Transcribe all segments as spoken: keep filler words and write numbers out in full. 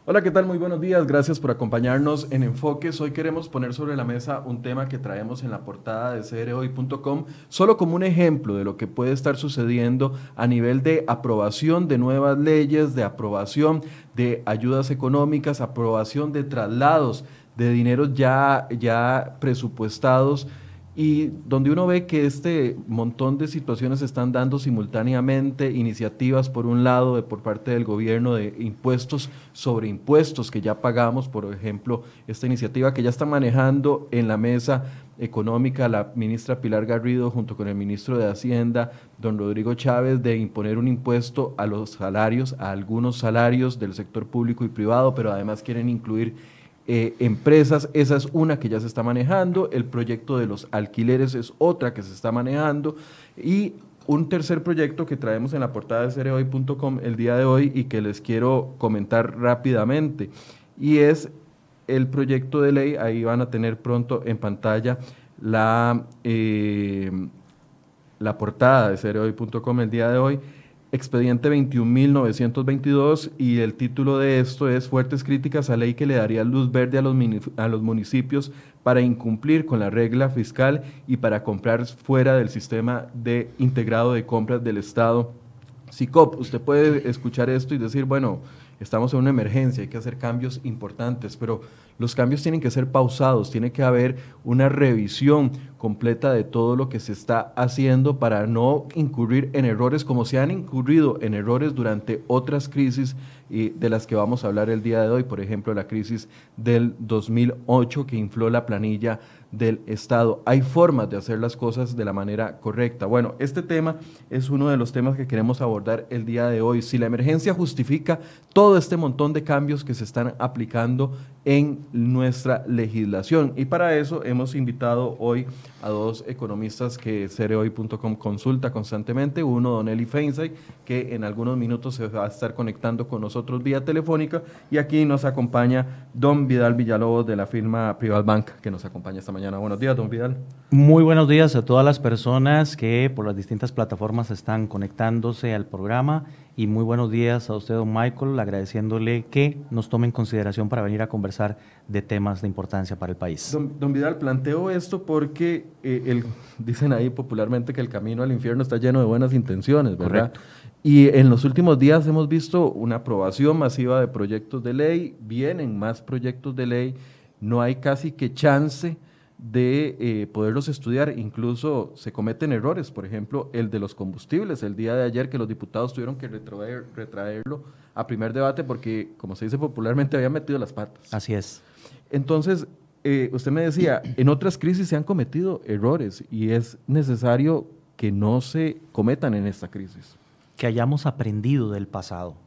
Hola, ¿qué tal? Muy buenos días. Gracias por acompañarnos en Enfoques. Hoy queremos poner sobre la mesa un tema que traemos en la portada de c r hoy punto com, solo como un ejemplo de lo que puede estar sucediendo a nivel de aprobación de nuevas leyes, de aprobación de ayudas económicas, aprobación de traslados de dineros ya, ya presupuestados, y donde uno ve que este montón de situaciones se están dando simultáneamente, iniciativas por un lado de, por parte del gobierno de impuestos sobre impuestos que ya pagamos, por ejemplo, esta iniciativa que ya está manejando en la mesa económica la ministra Pilar Garrido junto con el ministro de Hacienda, don Rodrigo Chávez, de imponer un impuesto a los salarios, a algunos salarios del sector público y privado, pero además quieren incluir Eh, empresas. Esa es una que ya se está manejando. El proyecto de los alquileres es otra que se está manejando, y un tercer proyecto que traemos en la portada de c r hoy punto com el día de hoy y que les quiero comentar rápidamente, y es el proyecto de ley. Ahí van a tener pronto en pantalla la, eh, la portada de c r hoy punto com el día de hoy. Expediente veintiún mil novecientos veintidós, y el título de esto es Fuertes críticas a ley que le daría luz verde a los, a los municipios para incumplir con la regla fiscal y para comprar fuera del sistema de integrado de compras del Estado, SICOP. Usted puede escuchar esto y decir, bueno, estamos en una emergencia, hay que hacer cambios importantes, pero los cambios tienen que ser pausados, tiene que haber una revisión completa de todo lo que se está haciendo para no incurrir en errores como se han incurrido en errores durante otras crisis y de las que vamos a hablar el día de hoy. Por ejemplo, la crisis del dos mil ocho que infló la planilla del Estado. Hay formas de hacer las cosas de la manera correcta. Bueno, este tema es uno de los temas que queremos abordar el día de hoy. Si la emergencia justifica todo este montón de cambios que se están aplicando en nuestra legislación, y para eso hemos invitado hoy a dos economistas que c r hoy punto com consulta constantemente. Uno, don Eli Feinsay, que en algunos minutos se va a estar conectando con nosotros vía telefónica, y aquí nos acompaña don Vidal Villalobos de la firma Privalbank, que nos acompaña esta mañana. Buenos días, don Vidal. Muy buenos días a todas las personas que por las distintas plataformas están conectándose al programa, y muy buenos días a usted, don Michael, agradeciéndole que nos tome en consideración para venir a conversar de temas de importancia para el país. Don, don Vidal, planteo esto porque eh, el, dicen ahí popularmente que el camino al infierno está lleno de buenas intenciones, ¿verdad? Correcto. Y en los últimos días hemos visto una aprobación masiva de proyectos de ley, vienen más proyectos de ley, no hay casi que chance de eh, poderlos estudiar, incluso se cometen errores, por ejemplo, el de los combustibles, el día de ayer que los diputados tuvieron que retraer, retraerlo a primer debate porque, como se dice popularmente, habían metido las patas. Así es. Entonces, eh, usted me decía, en otras crisis se han cometido errores y es necesario que no se cometan en esta crisis. Que hayamos aprendido del pasado.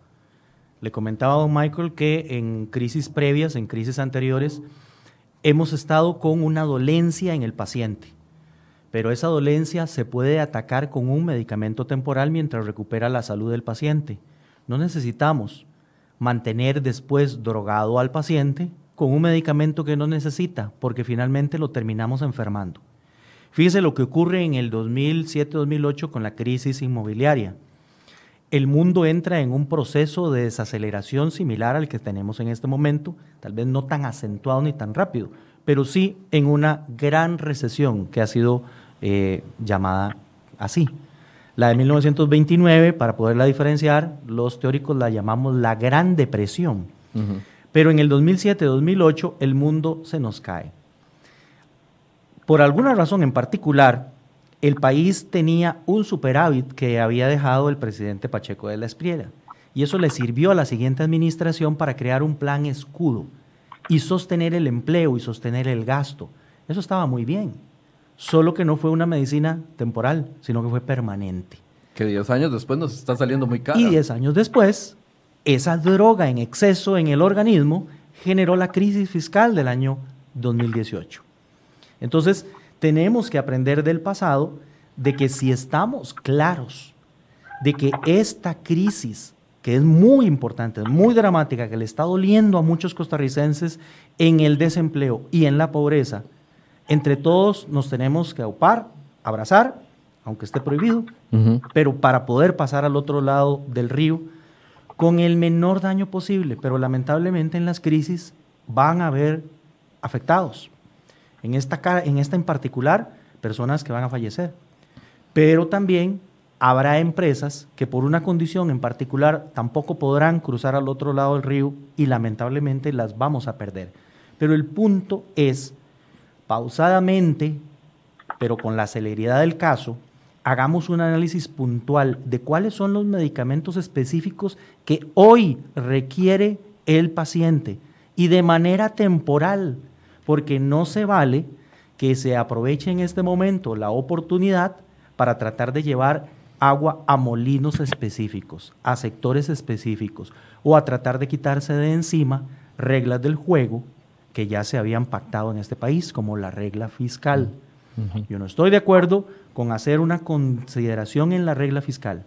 Le comentaba a don Michael que en crisis previas, en crisis anteriores, hemos estado con una dolencia en el paciente, pero esa dolencia se puede atacar con un medicamento temporal mientras recupera la salud del paciente. No necesitamos mantener después drogado al paciente con un medicamento que no necesita, porque finalmente lo terminamos enfermando. Fíjese lo que ocurre en el dos mil siete dos mil ocho con la crisis inmobiliaria. El mundo entra en un proceso de desaceleración similar al que tenemos en este momento, tal vez no tan acentuado ni tan rápido, pero sí en una gran recesión que ha sido eh, llamada así. La de mil novecientos veintinueve, para poderla diferenciar, los teóricos la llamamos la Gran Depresión. Uh-huh. Pero en el dos mil siete dos mil ocho el mundo se nos cae. Por alguna razón en particular, el país tenía un superávit que había dejado el presidente Pacheco de la Espriella, y eso le sirvió a la siguiente administración para crear un plan escudo y sostener el empleo y sostener el gasto. Eso estaba muy bien, solo que no fue una medicina temporal, sino que fue permanente. Que diez años después nos está saliendo muy cara. Y diez años después, esa droga en exceso en el organismo generó la crisis fiscal del año dos mil dieciocho. Entonces, tenemos que aprender del pasado, de que si estamos claros de que esta crisis, que es muy importante, muy dramática, que le está doliendo a muchos costarricenses en el desempleo y en la pobreza, entre todos nos tenemos que aupar, abrazar, aunque esté prohibido, uh-huh. pero para poder pasar al otro lado del río, con el menor daño posible, pero lamentablemente en las crisis van a haber afectados. En esta, en esta en particular, personas que van a fallecer. Pero también habrá empresas que por una condición en particular tampoco podrán cruzar al otro lado del río y lamentablemente las vamos a perder. Pero el punto es, pausadamente, pero con la celeridad del caso, hagamos un análisis puntual de cuáles son los medicamentos específicos que hoy requiere el paciente y de manera temporal, porque no se vale que se aproveche en este momento la oportunidad para tratar de llevar agua a molinos específicos, a sectores específicos, o a tratar de quitarse de encima reglas del juego que ya se habían pactado en este país, como la regla fiscal. Uh-huh. Yo no estoy de acuerdo con hacer una consideración en la regla fiscal.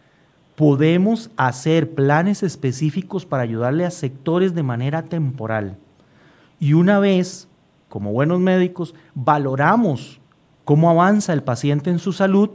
Podemos hacer planes específicos para ayudarle a sectores de manera temporal. Y una vez, como buenos médicos, valoramos cómo avanza el paciente en su salud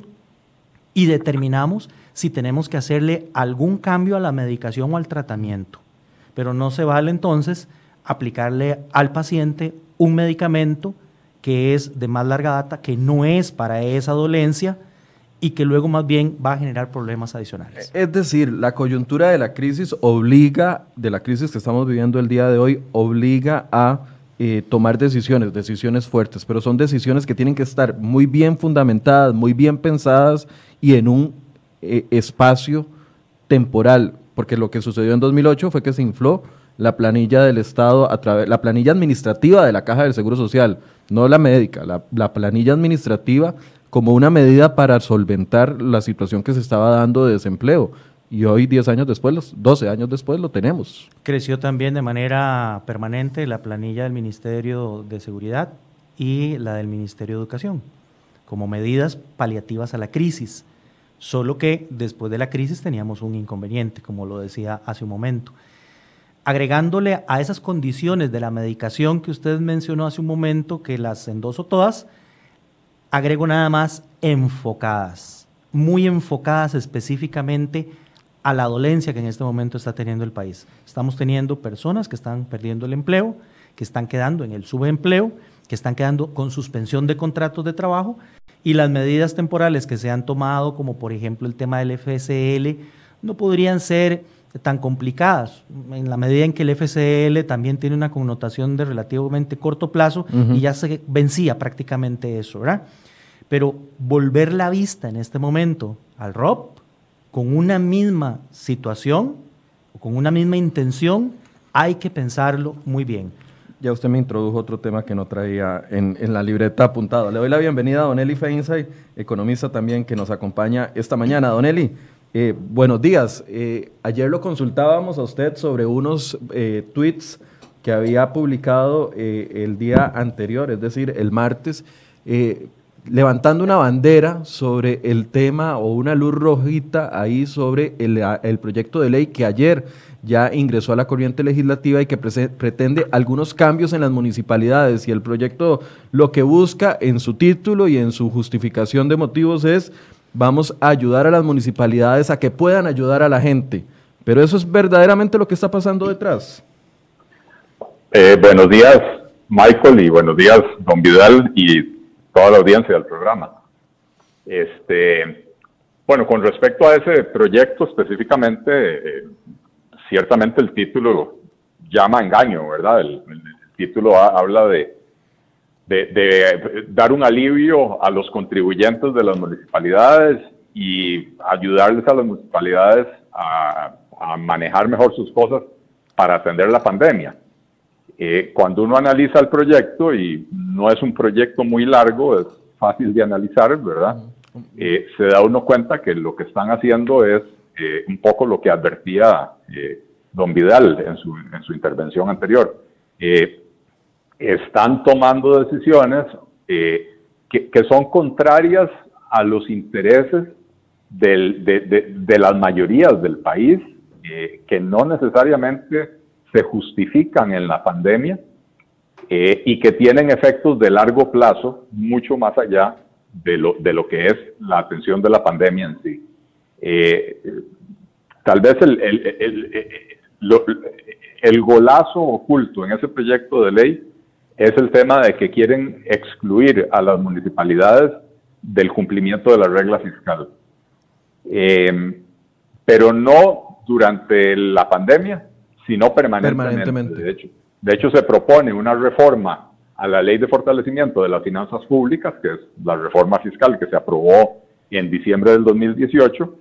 y determinamos si tenemos que hacerle algún cambio a la medicación o al tratamiento. Pero no se vale entonces aplicarle al paciente un medicamento que es de más larga data, que no es para esa dolencia y que luego más bien va a generar problemas adicionales. Es decir, la coyuntura de la crisis obliga, de la crisis que estamos viviendo el día de hoy, obliga a eh, tomar decisiones, decisiones fuertes, pero son decisiones que tienen que estar muy bien fundamentadas, muy bien pensadas y en un eh, espacio temporal, porque lo que sucedió en dos mil ocho fue que se infló la planilla del Estado, a través, la planilla administrativa de la Caja del Seguro Social, no la médica, la, la planilla administrativa como una medida para solventar la situación que se estaba dando de desempleo. Y hoy, diez años después, doce años después, lo tenemos. Creció también de manera permanente la planilla del Ministerio de Seguridad y la del Ministerio de Educación, como medidas paliativas a la crisis. Solo que después de la crisis teníamos un inconveniente, como lo decía hace un momento. Agregándole a esas condiciones de la medicación que usted mencionó hace un momento, que las endoso todas, agrego nada más enfocadas, muy enfocadas específicamente a la dolencia que en este momento está teniendo el país. Estamos teniendo personas que están perdiendo el empleo, que están quedando en el subempleo, que están quedando con suspensión de contratos de trabajo, y las medidas temporales que se han tomado, como por ejemplo el tema del F S L, no podrían ser tan complicadas, en la medida en que el F S L también tiene una connotación de relativamente corto plazo, uh-huh. y ya se vencía prácticamente eso, ¿verdad? Pero volver la vista en este momento al R O P con una misma situación o con una misma intención, hay que pensarlo muy bien. Ya usted me introdujo otro tema que no traía en, en la libreta apuntado. Le doy la bienvenida a Don Eli Feinsay, economista también, que nos acompaña esta mañana. Don Eli, eh, buenos días. Eh, ayer lo consultábamos a usted sobre unos eh, tweets que había publicado eh, el día anterior, es decir, el martes, eh, levantando una bandera sobre el tema o una luz rojita ahí sobre el, el proyecto de ley que ayer ya ingresó a la corriente legislativa y que pre- pretende algunos cambios en las municipalidades, y el proyecto lo que busca en su título y en su justificación de motivos es: vamos a ayudar a las municipalidades a que puedan ayudar a la gente. Pero eso es verdaderamente lo que está pasando detrás. Eh, buenos días, Michael, y buenos días, don Vidal, y toda la audiencia del programa. Este, bueno, con respecto a ese proyecto específicamente, eh, ciertamente el título llama a engaño, ¿verdad? El, el, el título ha, habla de, de, de dar un alivio a los contribuyentes de las municipalidades y ayudarles a las municipalidades a, a manejar mejor sus cosas para atender la pandemia. Eh, cuando uno analiza el proyecto, y no es un proyecto muy largo, es fácil de analizar, ¿verdad? Eh, se da uno cuenta que lo que están haciendo es eh, un poco lo que advertía eh, don Vidal en su, en su intervención anterior. Eh, están tomando decisiones eh, que, que son contrarias a los intereses del, de, de, de las mayorías del país, eh, que no necesariamente se justifican en la pandemia, eh, y que tienen efectos de largo plazo, mucho más allá de lo, de lo que es la atención de la pandemia en sí. Eh, tal vez el, el, el, el, lo, el golazo oculto en ese proyecto de ley es el tema de que quieren excluir a las municipalidades del cumplimiento de la regla fiscal. Eh, pero no durante la pandemia, sino permanentemente. permanentemente. De hecho, de hecho, se propone una reforma a la Ley de Fortalecimiento de las Finanzas Públicas, que es la reforma fiscal que se aprobó en diciembre del dos mil dieciocho,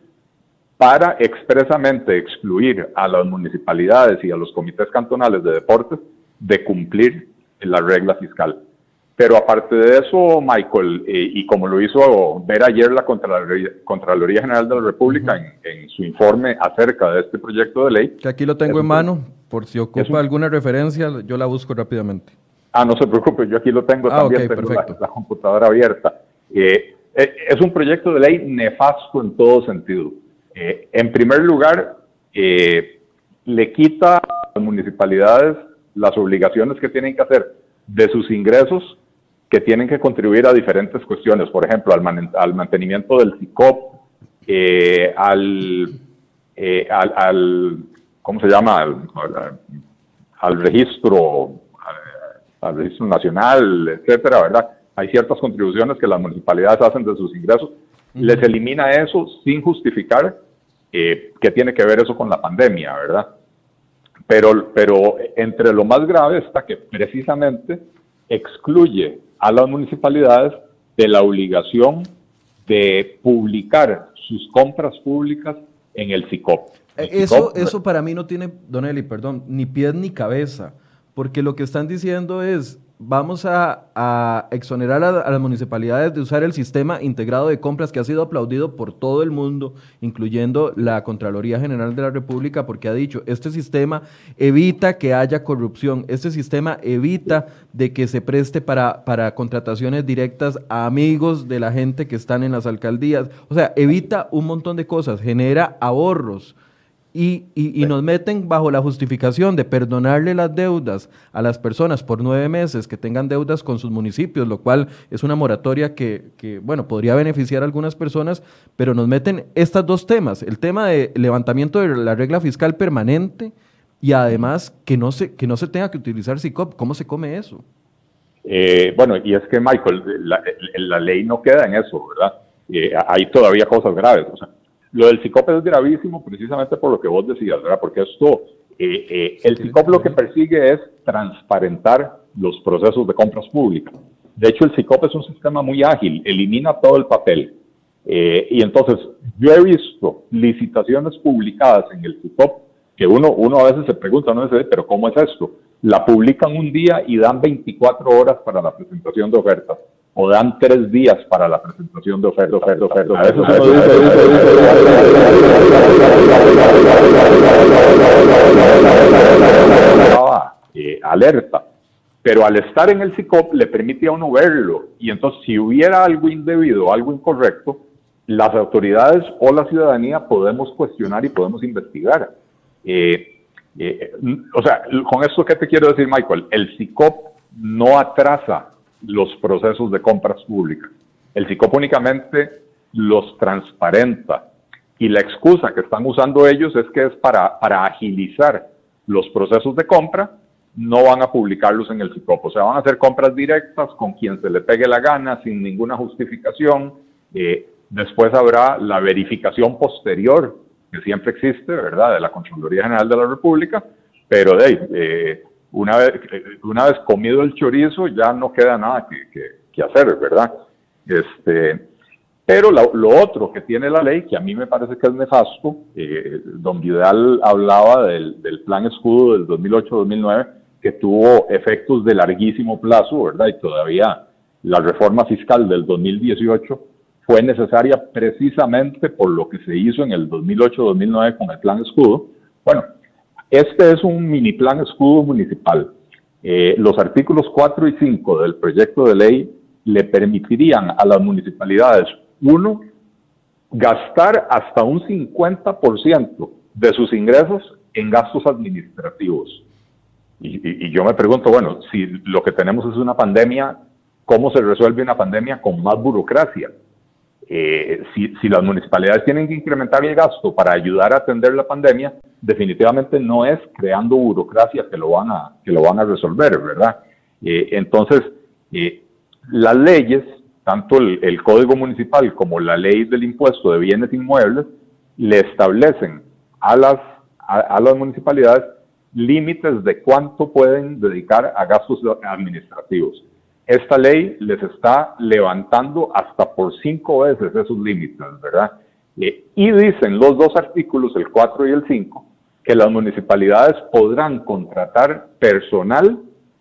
para expresamente excluir a las municipalidades y a los comités cantonales de deportes de cumplir la regla fiscal. Pero aparte de eso, Michael, eh, y como lo hizo ver ayer la Contraloría, Contraloría General de la República uh-huh. en, en su informe acerca de este proyecto de ley. Que aquí lo tengo en mano, por si ocupa un, alguna referencia, yo la busco rápidamente. Ah, no se preocupe, yo aquí lo tengo ah, también, okay, tengo la, la computadora abierta. Eh, eh, es un proyecto de ley nefasto en todo sentido. Eh, en primer lugar, eh, le quita a las municipalidades las obligaciones que tienen que hacer de sus ingresos, que tienen que contribuir a diferentes cuestiones, por ejemplo, al, man, al mantenimiento del C I C O P, eh, al, eh, al, al, ¿cómo se llama? Al, al, al registro, al, al registro nacional, etcétera, ¿verdad? Hay ciertas contribuciones que las municipalidades hacen de sus ingresos. Uh-huh. Les elimina eso sin justificar eh, qué tiene que ver eso con la pandemia, ¿verdad? Pero, pero entre lo más grave está que precisamente excluye a las municipalidades de la obligación de publicar sus compras públicas en el C I C O P. El eso, C I C O P, eso para mí no tiene, Don Eli, perdón, ni pies ni cabeza, porque lo que están diciendo es, vamos a, a exonerar a, a las municipalidades de usar el sistema integrado de compras que ha sido aplaudido por todo el mundo, incluyendo la Contraloría General de la República, porque ha dicho, este sistema evita que haya corrupción, este sistema evita de que se preste para, para contrataciones directas a amigos de la gente que están en las alcaldías, o sea, evita un montón de cosas, genera ahorros. Y, y, y nos meten bajo la justificación de perdonarle las deudas a las personas por nueve meses que tengan deudas con sus municipios, lo cual es una moratoria que, que, bueno, podría beneficiar a algunas personas, pero nos meten estos dos temas, el tema de levantamiento de la regla fiscal permanente y además que no se, que no se tenga que utilizar C I C O P. ¿Cómo se come eso? Eh, bueno, y es que, Michael, la, la ley no queda en eso, ¿verdad? Eh, hay todavía cosas graves, o sea, lo del C I C O P es gravísimo precisamente por lo que vos decías, ¿verdad? Porque esto, eh, eh, el C I C O P lo que persigue es transparentar los procesos de compras públicas. De hecho, el C I C O P es un sistema muy ágil, elimina todo el papel. Eh, y entonces, yo he visto licitaciones publicadas en el C I C O P que uno, uno a veces se pregunta, no sé, pero ¿cómo es esto? La publican un día y dan veinticuatro horas para la presentación de ofertas. O dan tres días para la presentación de oferta, oferta, oferta. A veces uno dice, estaba eh, alerta, pero al estar en el C I C O P le permite a uno verlo, y entonces si hubiera algo indebido, algo incorrecto, las autoridades o la ciudadanía podemos cuestionar y podemos investigar. Eh, eh, o sea, con esto, ¿qué te quiero decir, Michael? El C I C O P no atrasa los procesos de compras públicas. El C I C O P únicamente los transparenta, y la excusa que están usando ellos es que es para, para agilizar los procesos de compra. No van a publicarlos en el C I C O P, o sea, van a hacer compras directas con quien se le pegue la gana, sin ninguna justificación. Eh, después habrá la verificación posterior, que siempre existe, ¿verdad?, de la Contraloría General de la República, pero de ahí, eh, Una vez, una vez comido el chorizo, ya no queda nada que, que, que hacer, ¿verdad? Este, pero lo, lo otro que tiene la ley, que a mí me parece que es nefasto, eh, don Vidal hablaba del, del plan escudo del dos mil ocho dos mil nueve, que tuvo efectos de larguísimo plazo, ¿verdad? Y todavía la reforma fiscal del dos mil dieciocho fue necesaria precisamente por lo que se hizo en el dos mil ocho dos mil nueve con el plan escudo. Bueno, este es un mini plan escudo municipal. Eh, los artículos cuatro y cinco del proyecto de ley le permitirían a las municipalidades, uno, gastar hasta un cincuenta por ciento de sus ingresos en gastos administrativos. Y, y, y yo me pregunto, bueno, si lo que tenemos es una pandemia, ¿cómo se resuelve una pandemia con más burocracia? Eh, si, si las municipalidades tienen que incrementar el gasto para ayudar a atender la pandemia, definitivamente no es creando burocracia que lo van a, que lo van a resolver, ¿verdad? Eh, entonces, eh, las leyes, tanto el, el Código Municipal como la Ley del Impuesto de Bienes Inmuebles, le establecen a las, a, a las municipalidades límites de cuánto pueden dedicar a gastos administrativos. Esta ley les está levantando hasta por cinco veces esos límites, ¿verdad? Eh, y dicen los dos artículos, el cuatro y el cinco, que las municipalidades podrán contratar personal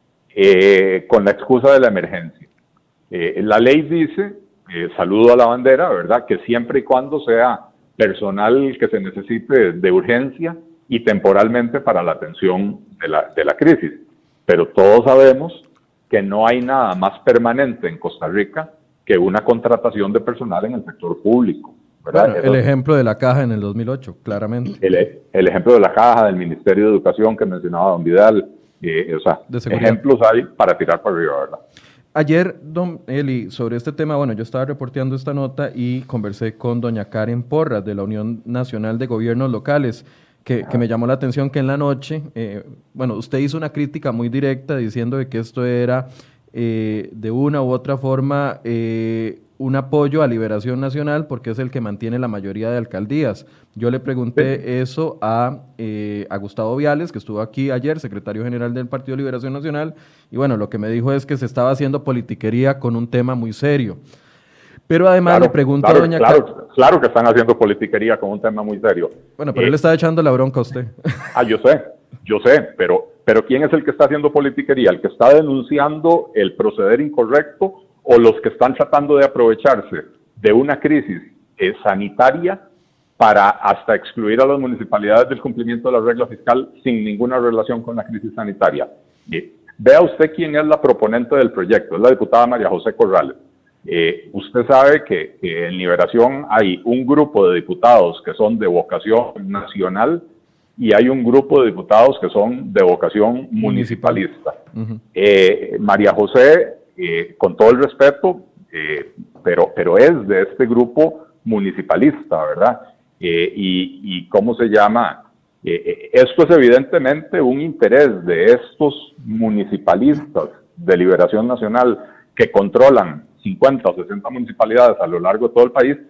eh, con la excusa de la emergencia. Eh, la ley dice, eh, saludo a la bandera, ¿verdad?, que siempre y cuando sea personal que se necesite de urgencia y temporalmente para la atención de la, de la crisis. Pero todos sabemos que no hay nada más permanente en Costa Rica que una contratación de personal en el sector público, ¿verdad? Bueno, el ejemplo de la Caja en el dos mil ocho, claramente. El, el ejemplo de la Caja, del Ministerio de Educación que mencionaba don Vidal, eh, o sea, ejemplos hay para tirar para arriba, ¿verdad? Ayer, don Eli, sobre este tema, bueno, yo estaba reporteando esta nota y conversé con doña Karen Porras de la Unión Nacional de Gobiernos Locales, que, que me llamó la atención que en la noche, eh, bueno, usted hizo una crítica muy directa diciendo de que esto era eh, de una u otra forma eh, un apoyo a Liberación Nacional porque es el que mantiene la mayoría de alcaldías. Yo le pregunté sí. eso a, eh, a Gustavo Viales, que estuvo aquí ayer, secretario general del Partido Liberación Nacional, y bueno, lo que me dijo es que se estaba haciendo politiquería con un tema muy serio. Pero además claro, le pregunto claro, a doña claro, Car... claro que están haciendo politiquería con un tema muy serio. Bueno, pero eh, él le está echando la bronca a usted. Ah, yo sé, yo sé, pero, pero ¿quién es el que está haciendo politiquería? ¿El que está denunciando el proceder incorrecto o los que están tratando de aprovecharse de una crisis eh, sanitaria para hasta excluir a las municipalidades del cumplimiento de la regla fiscal sin ninguna relación con la crisis sanitaria? Eh, vea usted quién es la proponente del proyecto, es la diputada María José Corrales. Eh, usted sabe que, que en Liberación hay un grupo de diputados que son de vocación nacional y hay un grupo de diputados que son de vocación municipalista. Uh-huh. eh, María José, eh, con todo el respeto, eh, pero, pero es de este grupo municipalista, ¿verdad? Eh, y, y ¿cómo se llama? Eh, esto es evidentemente un interés de estos municipalistas de Liberación Nacional que controlan cincuenta o sesenta municipalidades a lo largo de todo el país,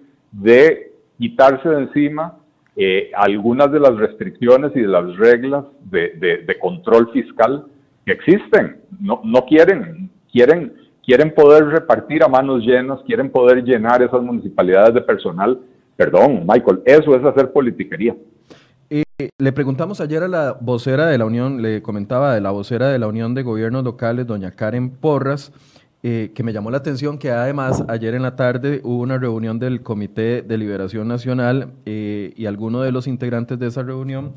de quitarse de encima eh, algunas de las restricciones y de las reglas de, de, de control fiscal que existen. No, no quieren, quieren, quieren poder repartir a manos llenas, quieren poder llenar esas municipalidades de personal. Perdón, Michael, eso es hacer politiquería. Eh, le preguntamos ayer a la vocera de la Unión, le comentaba de la vocera de la Unión de Gobiernos Locales, doña Karen Porras, Eh, que me llamó la atención que además ayer en la tarde hubo una reunión del Comité de Liberación Nacional eh, y alguno de los integrantes de esa reunión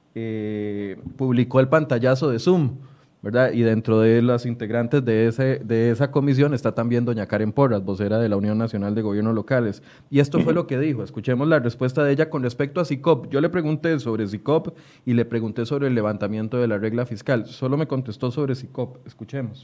eh, publicó el pantallazo de Zoom, ¿verdad? Y dentro de las integrantes de, ese, de esa comisión está también doña Karen Porras, vocera de la Unión Nacional de Gobiernos Locales. Y esto fue lo que dijo. Escuchemos la respuesta de ella con respecto a SICOP. Yo le pregunté sobre SICOP y le pregunté sobre el levantamiento de la regla fiscal. Solo me contestó sobre SICOP. Escuchemos.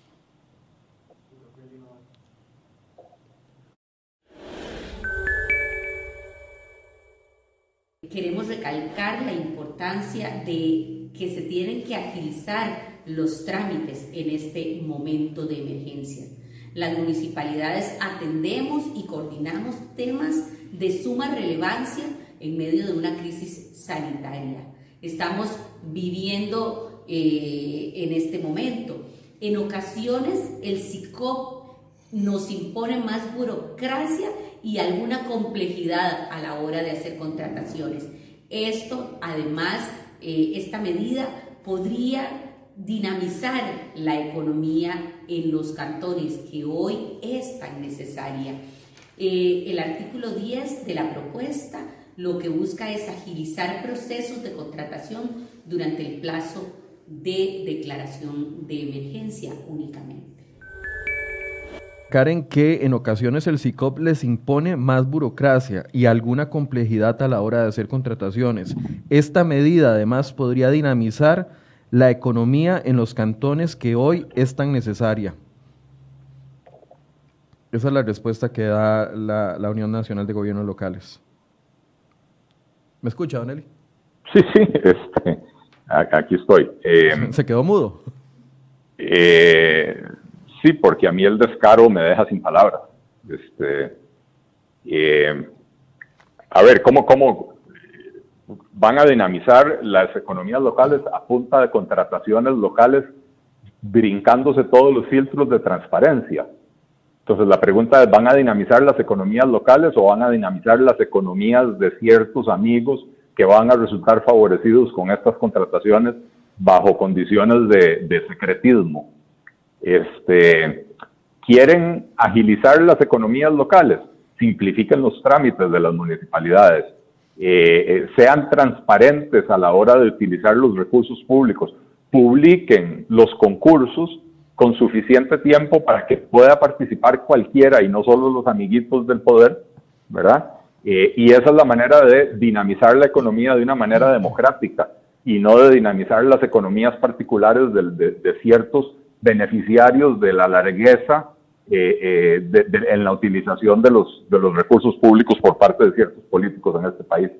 Queremos recalcar la importancia de que se tienen que agilizar los trámites en este momento de emergencia. Las municipalidades atendemos y coordinamos temas de suma relevancia en medio de una crisis sanitaria. Estamos viviendo eh, en este momento. En ocasiones el SICOP nos impone más burocracia y alguna complejidad a la hora de hacer contrataciones. Esto, además, eh, esta medida podría dinamizar la economía en los cantones, que hoy es tan necesaria. Eh, el artículo diez de la propuesta lo que busca es agilizar procesos de contratación durante el plazo de declaración de emergencia únicamente. Karen, que en ocasiones el SICOP les impone más burocracia y alguna complejidad a la hora de hacer contrataciones. Esta medida además podría dinamizar la economía en los cantones que hoy es tan necesaria. Esa es la respuesta que da la, la Unión Nacional de Gobiernos Locales. ¿Me escucha, don Eli? Sí, sí, este, aquí estoy. Eh, ¿Se quedó mudo? Eh, sí, porque a mí el descaro me deja sin palabras. Este, eh, a ver, ¿cómo, ¿cómo van a dinamizar las economías locales a punta de contrataciones locales, brincándose todos los filtros de transparencia? Entonces la pregunta es, ¿van a dinamizar las economías locales o van a dinamizar las economías de ciertos amigos que van a resultar favorecidos con estas contrataciones bajo condiciones de, de secretismo? Este, ¿Quieren agilizar las economías locales? Simplifiquen los trámites de las municipalidades, eh, eh, sean transparentes a la hora de utilizar los recursos públicos, publiquen los concursos con suficiente tiempo para que pueda participar cualquiera y no solo los amiguitos del poder, ¿verdad? Eh, y esa es la manera de dinamizar la economía de una manera democrática y no de dinamizar las economías particulares de, de, de ciertos beneficiarios de la largueza eh, eh, de, de, en la utilización de los, de los recursos públicos por parte de ciertos políticos en este país.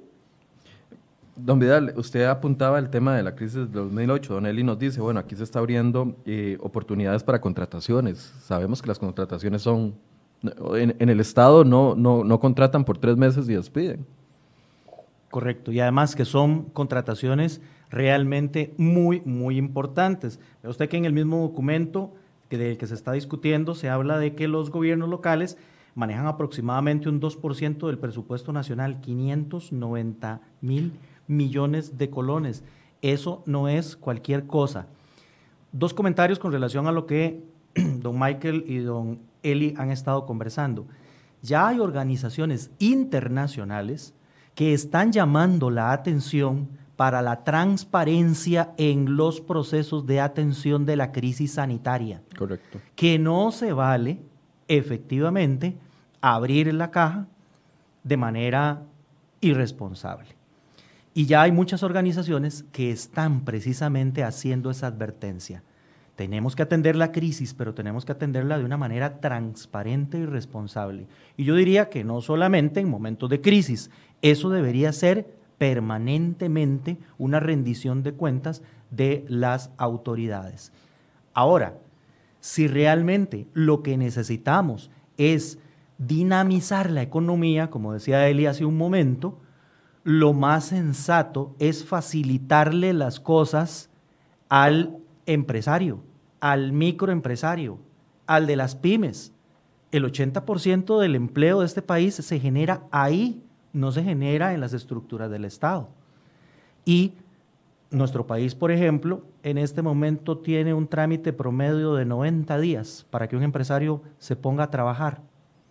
Don Vidal, usted apuntaba el tema de la crisis del dos mil ocho. Don Eli nos dice, bueno, aquí se está abriendo eh, oportunidades para contrataciones. Sabemos que las contrataciones son, en, en el Estado no, no, no contratan por tres meses y despiden. Correcto, y además que son contrataciones realmente muy, muy importantes. Ve usted que en el mismo documento que del que se está discutiendo se habla de que los gobiernos locales manejan aproximadamente un dos por ciento del presupuesto nacional, quinientos noventa mil millones de colones. Eso no es cualquier cosa. Dos comentarios con relación a lo que don Michael y don Eli han estado conversando. Ya hay organizaciones internacionales que están llamando la atención para la transparencia en los procesos de atención de la crisis sanitaria. Correcto. Que no se vale, efectivamente, abrir la caja de manera irresponsable. Y ya hay muchas organizaciones que están precisamente haciendo esa advertencia. Tenemos que atender la crisis, pero tenemos que atenderla de una manera transparente y responsable. Y yo diría que no solamente en momentos de crisis, eso debería ser permanentemente una rendición de cuentas de las autoridades. Ahora, si realmente lo que necesitamos es dinamizar la economía, como decía Eli hace un momento, lo más sensato es facilitarle las cosas al empresario, al microempresario, al de las pymes. El ochenta por ciento del empleo de este país se genera ahí, no se genera en las estructuras del Estado. Y nuestro país, por ejemplo, en este momento tiene un trámite promedio de noventa días para que un empresario se ponga a trabajar.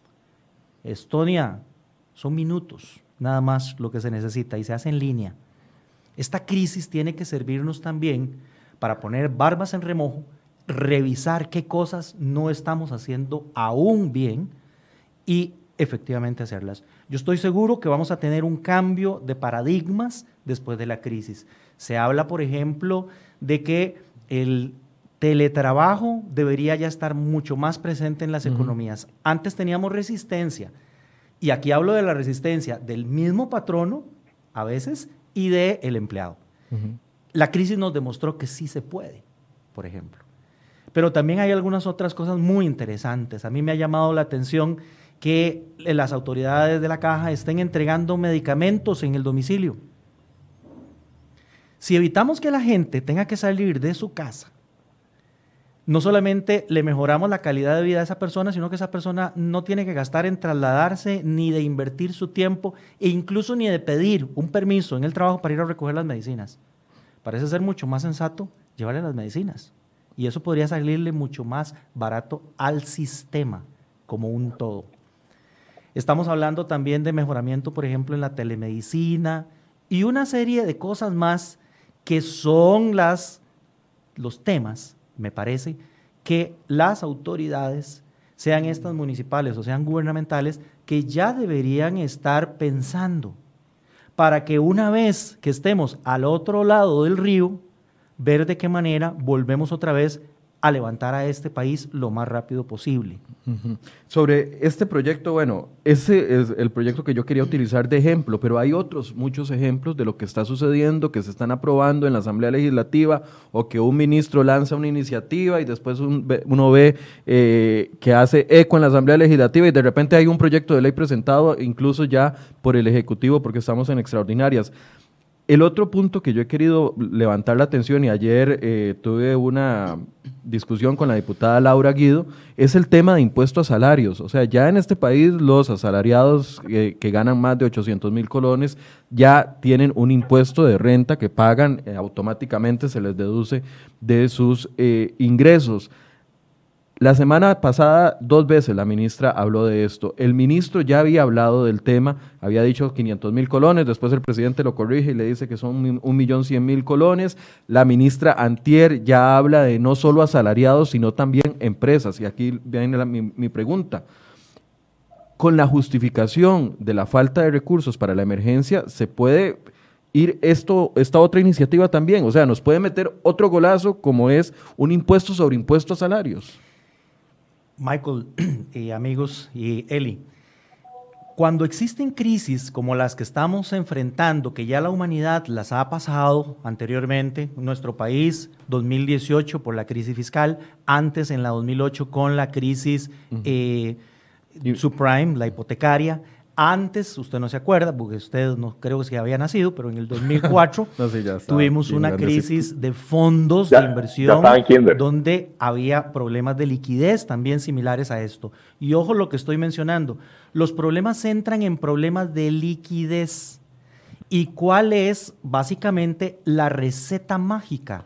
Estonia, son minutos, nada más lo que se necesita y se hace en línea. Esta crisis tiene que servirnos también para poner barbas en remojo, revisar qué cosas no estamos haciendo aún bien y efectivamente hacerlas. Yo estoy seguro que vamos a tener un cambio de paradigmas después de la crisis. Se habla, por ejemplo, de que el teletrabajo debería ya estar mucho más presente en las uh-huh. economías. Antes teníamos resistencia, y aquí hablo de la resistencia del mismo patrono, a veces, y del empleado. Uh-huh. La crisis nos demostró que sí se puede, por ejemplo. Pero también hay algunas otras cosas muy interesantes. A mí me ha llamado la atención que las autoridades de la Caja estén entregando medicamentos en el domicilio. Si evitamos que la gente tenga que salir de su casa, no solamente le mejoramos la calidad de vida a esa persona, sino que esa persona no tiene que gastar en trasladarse, ni de invertir su tiempo, e incluso ni de pedir un permiso en el trabajo para ir a recoger las medicinas. Parece ser mucho más sensato llevarle las medicinas. Y eso podría salirle mucho más barato al sistema como un todo. Estamos hablando también de mejoramiento, por ejemplo, en la telemedicina y una serie de cosas más que son las, los temas, me parece, que las autoridades, sean estas municipales o sean gubernamentales, que ya deberían estar pensando para que una vez que estemos al otro lado del río, ver de qué manera volvemos otra vez a levantar a este país lo más rápido posible. Uh-huh. Sobre este proyecto, bueno, ese es el proyecto que yo quería utilizar de ejemplo, pero hay otros muchos ejemplos de lo que está sucediendo, que se están aprobando en la Asamblea Legislativa, o que un ministro lanza una iniciativa y después un, uno ve eh, que hace eco en la Asamblea Legislativa y de repente hay un proyecto de ley presentado incluso ya por el Ejecutivo porque estamos en extraordinarias. El otro punto que yo he querido levantar la atención, y ayer eh, tuve una discusión con la diputada Laura Guido, es el tema de impuesto a salarios. O sea, ya en este país los asalariados eh, que ganan más de ochocientos mil colones ya tienen un impuesto de renta que pagan, eh, automáticamente se les deduce de sus eh, ingresos. La semana pasada, dos veces la ministra habló de esto. El ministro ya había hablado del tema, había dicho quinientos mil colones, después el presidente lo corrige y le dice que son un millón cien mil colones. La ministra antier ya habla de no solo asalariados, sino también empresas. Y aquí viene la, mi, mi pregunta. Con la justificación de la falta de recursos para la emergencia, ¿se puede ir esto, esta otra iniciativa también? O sea, ¿nos puede meter otro golazo como es un impuesto sobre impuesto a salarios? Michael y amigos y Eli, cuando existen crisis como las que estamos enfrentando, que ya la humanidad las ha pasado anteriormente, nuestro país, dos mil dieciocho por la crisis fiscal, antes en la dos mil ocho con la crisis uh-huh. eh, subprime, la hipotecaria, antes, usted no se acuerda, porque usted no creo que había nacido, pero en el dos mil cuatro no, sí, tuvimos una crisis de fondos ya, de inversión donde había problemas de liquidez también similares a esto. Y ojo lo que estoy mencionando, los problemas entran en problemas de liquidez. ¿Y cuál es básicamente la receta mágica?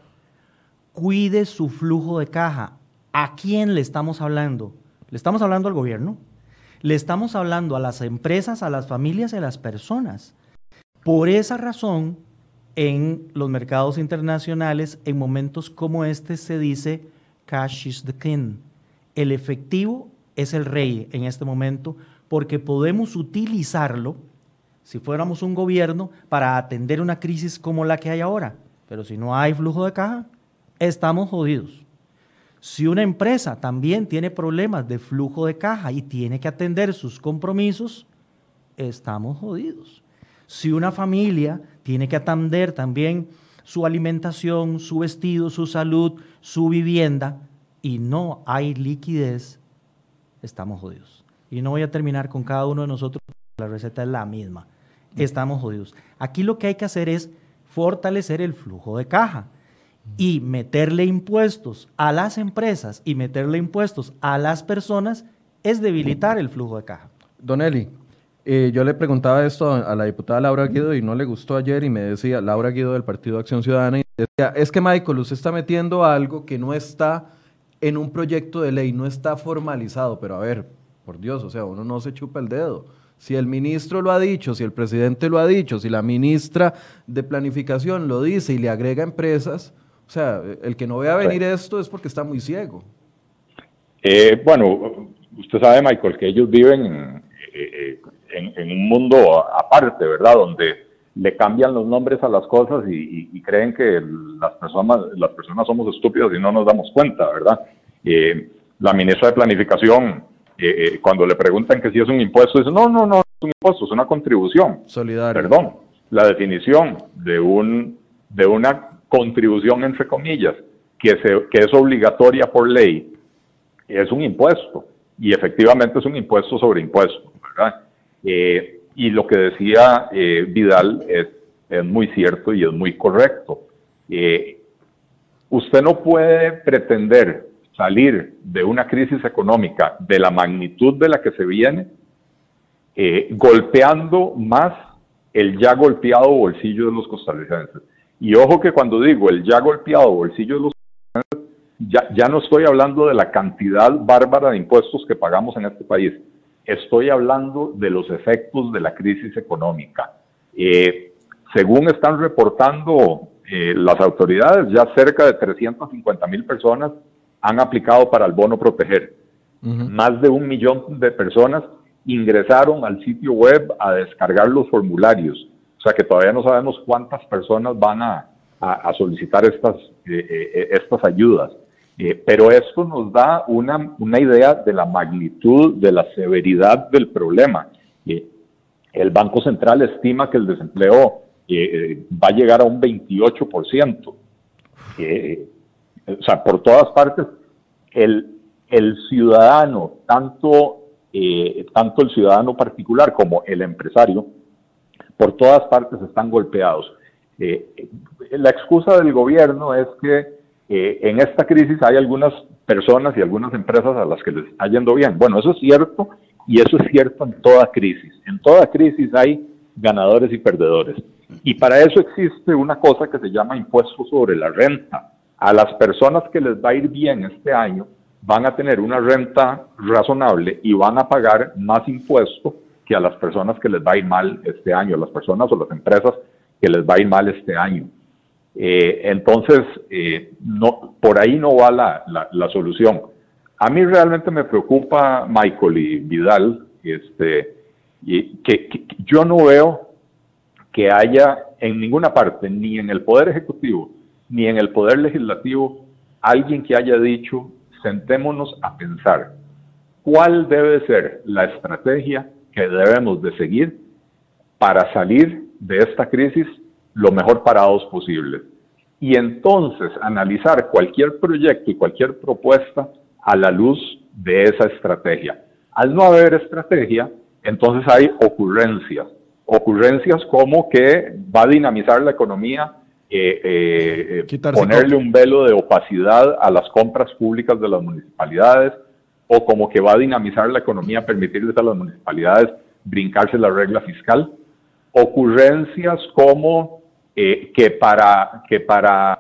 Cuide su flujo de caja. ¿A quién le estamos hablando? ¿Le estamos hablando al gobierno? Le estamos hablando a las empresas, a las familias y a las personas. Por esa razón, en los mercados internacionales, en momentos como este, se dice cash is the king. El efectivo es el rey en este momento porque podemos utilizarlo, si fuéramos un gobierno, para atender una crisis como la que hay ahora. Pero si no hay flujo de caja, estamos jodidos. Si una empresa también tiene problemas de flujo de caja y tiene que atender sus compromisos, estamos jodidos. Si una familia tiene que atender también su alimentación, su vestido, su salud, su vivienda, y no hay liquidez, estamos jodidos. Y no voy a terminar con cada uno de nosotros, la receta es la misma. Estamos jodidos. Aquí lo que hay que hacer es fortalecer el flujo de caja. Y meterle impuestos a las empresas y meterle impuestos a las personas es debilitar el flujo de caja. Don Eli, eh, yo le preguntaba esto a la diputada Laura Guido y no le gustó ayer y me decía, Laura Guido del Partido Acción Ciudadana, y decía, es que Michael, usted está metiendo algo que no está en un proyecto de ley, no está formalizado, pero a ver, por Dios, o sea, uno no se chupa el dedo. Si el ministro lo ha dicho, si el presidente lo ha dicho, si la ministra de Planificación lo dice y le agrega empresas, o sea, el que no vea venir esto es porque está muy ciego. Eh, bueno, usted sabe, Michael, que ellos viven eh, en, en un mundo aparte, ¿verdad? Donde le cambian los nombres a las cosas y, y, y creen que las personas, las personas somos estúpidos y no nos damos cuenta, ¿verdad? Eh, la ministra de Planificación, eh, eh, cuando le preguntan que si es un impuesto, dice, no, no, no, no es un impuesto, es una contribución. Solidaria. Perdón, la definición de, un, de una contribución, entre comillas, que, se, que es obligatoria por ley, es un impuesto, y efectivamente es un impuesto sobre impuesto, ¿verdad? Eh, y lo que decía eh, Vidal es, es muy cierto y es muy correcto. Eh, usted no puede pretender salir de una crisis económica de la magnitud de la que se viene, eh, golpeando más el ya golpeado bolsillo de los costarricenses. Y ojo que cuando digo el ya golpeado bolsillo de los costarricenses, ya, ya no estoy hablando de la cantidad bárbara de impuestos que pagamos en este país. Estoy hablando de los efectos de la crisis económica. Eh, según están reportando eh, las autoridades, ya cerca de trescientas cincuenta mil personas han aplicado para el bono proteger. Uh-huh. Más de un millón de personas ingresaron al sitio web a descargar los formularios. O sea que todavía no sabemos cuántas personas van a, a, a solicitar estas, eh, eh, estas ayudas. Eh, pero esto nos da una, una idea de la magnitud, de la severidad del problema. Eh, el Banco Central estima que el desempleo eh, va a llegar a un veintiocho por ciento. Eh, o sea, por todas partes, el, el ciudadano, tanto, eh, tanto el ciudadano particular como el empresario, por todas partes están golpeados. Eh, la excusa del gobierno es que eh, en esta crisis hay algunas personas y algunas empresas a las que les está yendo bien. Bueno, eso es cierto, y eso es cierto en toda crisis. En toda crisis hay ganadores y perdedores. Y para eso existe una cosa que se llama impuesto sobre la renta. A las personas que les va a ir bien este año van a tener una renta razonable y van a pagar más impuesto que a las personas que les va a ir mal este año, las personas o las empresas que les va a ir mal este año. Eh, entonces, eh, no, por ahí no va la, la, la solución. A mí realmente me preocupa, Michael y Vidal, este, y que, que yo no veo que haya en ninguna parte, ni en el Poder Ejecutivo, ni en el Poder Legislativo, alguien que haya dicho, sentémonos a pensar cuál debe ser la estrategia que debemos de seguir para salir de esta crisis lo mejor parados posible. Y entonces analizar cualquier proyecto y cualquier propuesta a la luz de esa estrategia. Al no haber estrategia, entonces hay ocurrencias. Ocurrencias como que va a dinamizar la economía, eh, eh, ponerle un velo de opacidad a las compras públicas de las municipalidades, o como que va a dinamizar la economía, permitirles a las municipalidades brincarse la regla fiscal. Ocurrencias como eh, que, para, que para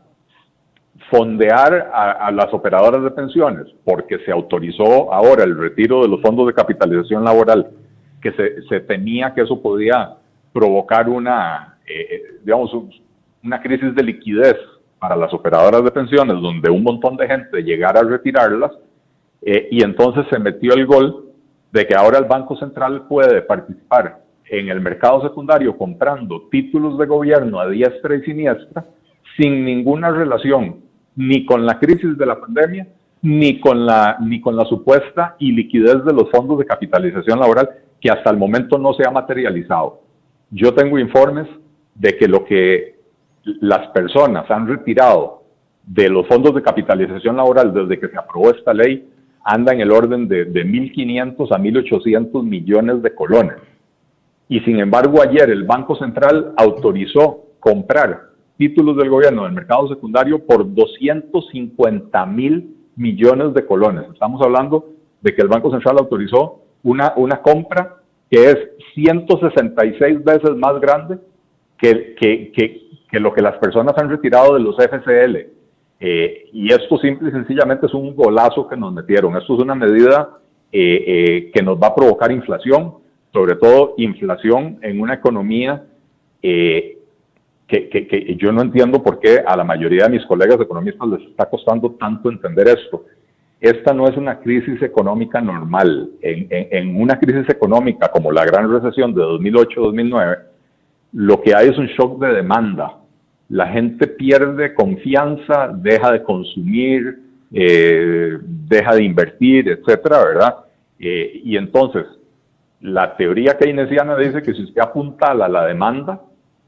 fondear a, a las operadoras de pensiones, porque se autorizó ahora el retiro de los fondos de capitalización laboral, que se, se temía que eso podía provocar una, eh, digamos, una crisis de liquidez para las operadoras de pensiones, donde un montón de gente llegara a retirarlas, eh, y entonces se metió el gol de que ahora el Banco Central puede participar en el mercado secundario comprando títulos de gobierno a diestra y siniestra, sin ninguna relación ni con la crisis de la pandemia, ni con la, ni con la supuesta iliquidez de los fondos de capitalización laboral, que hasta el momento no se ha materializado. Yo tengo informes de que lo que las personas han retirado de los fondos de capitalización laboral desde que se aprobó esta ley anda en el orden de, de mil quinientos a mil ochocientos millones de colones. Y sin embargo, ayer el Banco Central autorizó comprar títulos del gobierno del mercado secundario por doscientos cincuenta mil millones de colones. Estamos hablando de que el Banco Central autorizó una, una compra que es ciento sesenta y seis veces más grande que, que, que, que lo que las personas han retirado de los F C L. Eh, y esto simple y sencillamente es un golazo que nos metieron. Esto es una medida eh, eh, que nos va a provocar inflación, sobre todo inflación en una economía eh, que, que, que yo no entiendo por qué a la mayoría de mis colegas economistas les está costando tanto entender esto. Esta no es una crisis económica normal. En, en, en una crisis económica como la gran recesión de dos mil ocho dos mil nueve, lo que hay es un shock de demanda. La gente pierde confianza, deja de consumir, eh, deja de invertir, etcétera, ¿verdad? Eh, y entonces, la teoría keynesiana dice que si usted apuntala la demanda,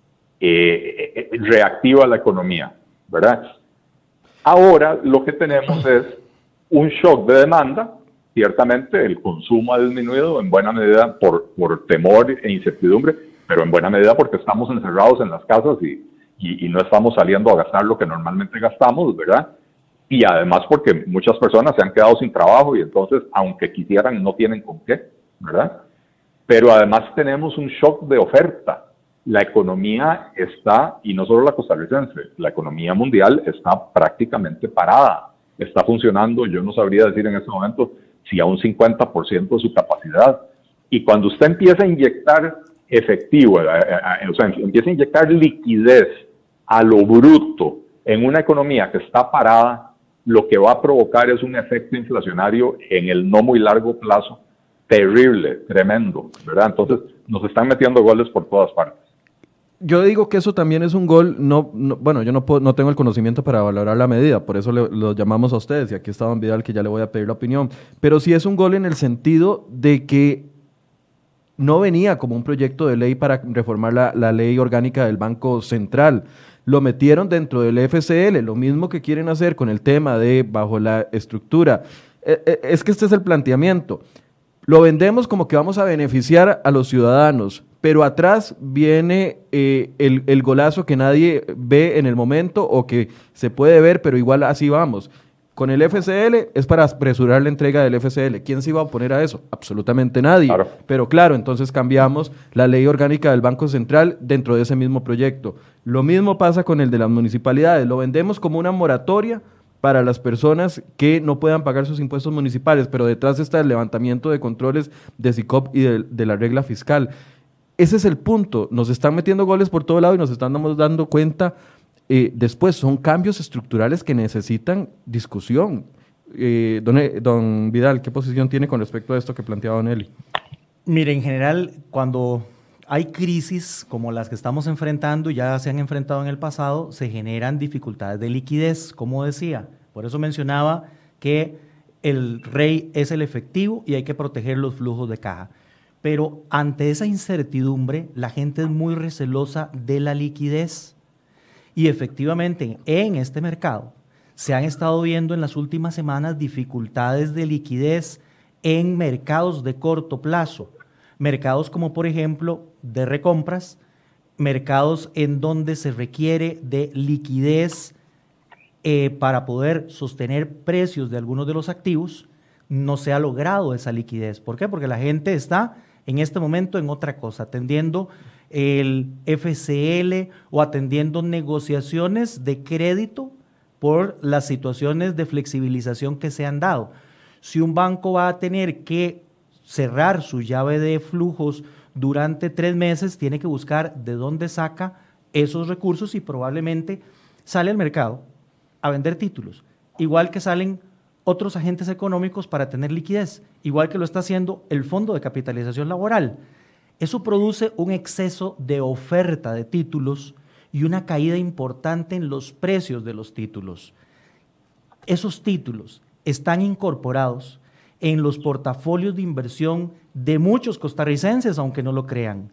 eh, eh, reactiva la economía, ¿verdad? Ahora lo que tenemos es un shock de demanda. Ciertamente el consumo ha disminuido en buena medida por, por temor e incertidumbre, pero en buena medida porque estamos encerrados en las casas y, y, y no estamos saliendo a gastar lo que normalmente gastamos, ¿verdad? Y además porque muchas personas se han quedado sin trabajo y entonces, aunque quisieran, no tienen con qué, ¿verdad? Pero además tenemos un shock de oferta. La economía está, y no solo la costarricense, la economía mundial está prácticamente parada. Está funcionando, yo no sabría decir en este momento si a un cincuenta por ciento de su capacidad. Y cuando usted empieza a inyectar efectivo, eh, eh, o sea, empieza a inyectar liquidez a lo bruto en una economía que está parada, lo que va a provocar es un efecto inflacionario en el no muy largo plazo terrible, tremendo, ¿verdad? Entonces nos están metiendo goles por todas partes. yo digo que eso también es un gol, no, no bueno, yo no, puedo, no tengo el conocimiento para valorar la medida, por eso le, lo llamamos a ustedes, y aquí está don Vidal, que ya le voy a pedir la opinión, pero sí es un gol en el sentido de que no venía como un proyecto de ley para reformar la, la ley orgánica del Banco Central, lo metieron dentro del F C L, lo mismo que quieren hacer con el tema de bajo la estructura. Eh, eh, es que este es el planteamiento. Lo vendemos como que vamos a beneficiar a los ciudadanos, pero atrás viene eh, el, el golazo que nadie ve en el momento o que se puede ver, pero igual así vamos. Con el F C L es para apresurar la entrega del F C L. ¿Quién se iba a oponer a eso? Absolutamente nadie. Claro. Pero claro, entonces cambiamos la ley orgánica del Banco Central dentro de ese mismo proyecto. Lo mismo pasa con el de las municipalidades. Lo vendemos como una moratoria para las personas que no puedan pagar sus impuestos municipales, pero detrás está el levantamiento de controles de SICOP y de, de la regla fiscal. Ese es el punto. Nos están metiendo goles por todo lado y nos estamos dando cuenta eh, después. Son cambios estructurales que necesitan discusión. Eh, don, don Vidal, ¿qué posición tiene con respecto a esto que planteaba don Eli? Mire, en general, cuando hay crisis como las que estamos enfrentando y ya se han enfrentado en el pasado, se generan dificultades de liquidez, como decía. Por eso mencionaba que el rey es el efectivo y hay que proteger los flujos de caja. Pero ante esa incertidumbre, la gente es muy recelosa de la liquidez. Y efectivamente, en este mercado se han estado viendo en las últimas semanas dificultades de liquidez en mercados de corto plazo. Mercados como, por ejemplo, de recompras, mercados en donde se requiere de liquidez eh, para poder sostener precios de algunos de los activos, no se ha logrado esa liquidez. ¿Por qué? Porque la gente está en este momento en otra cosa, atendiendo el F C L o atendiendo negociaciones de crédito por las situaciones de flexibilización que se han dado. Si un banco va a tener que cerrar su llave de flujos durante tres meses, tiene que buscar de dónde saca esos recursos y probablemente sale al mercado a vender títulos, igual que salen otros agentes económicos para tener liquidez, igual que lo está haciendo el Fondo de Capitalización Laboral. Eso produce un exceso de oferta de títulos y una caída importante en los precios de los títulos. Esos títulos están incorporados en los portafolios de inversión de muchos costarricenses, aunque no lo crean.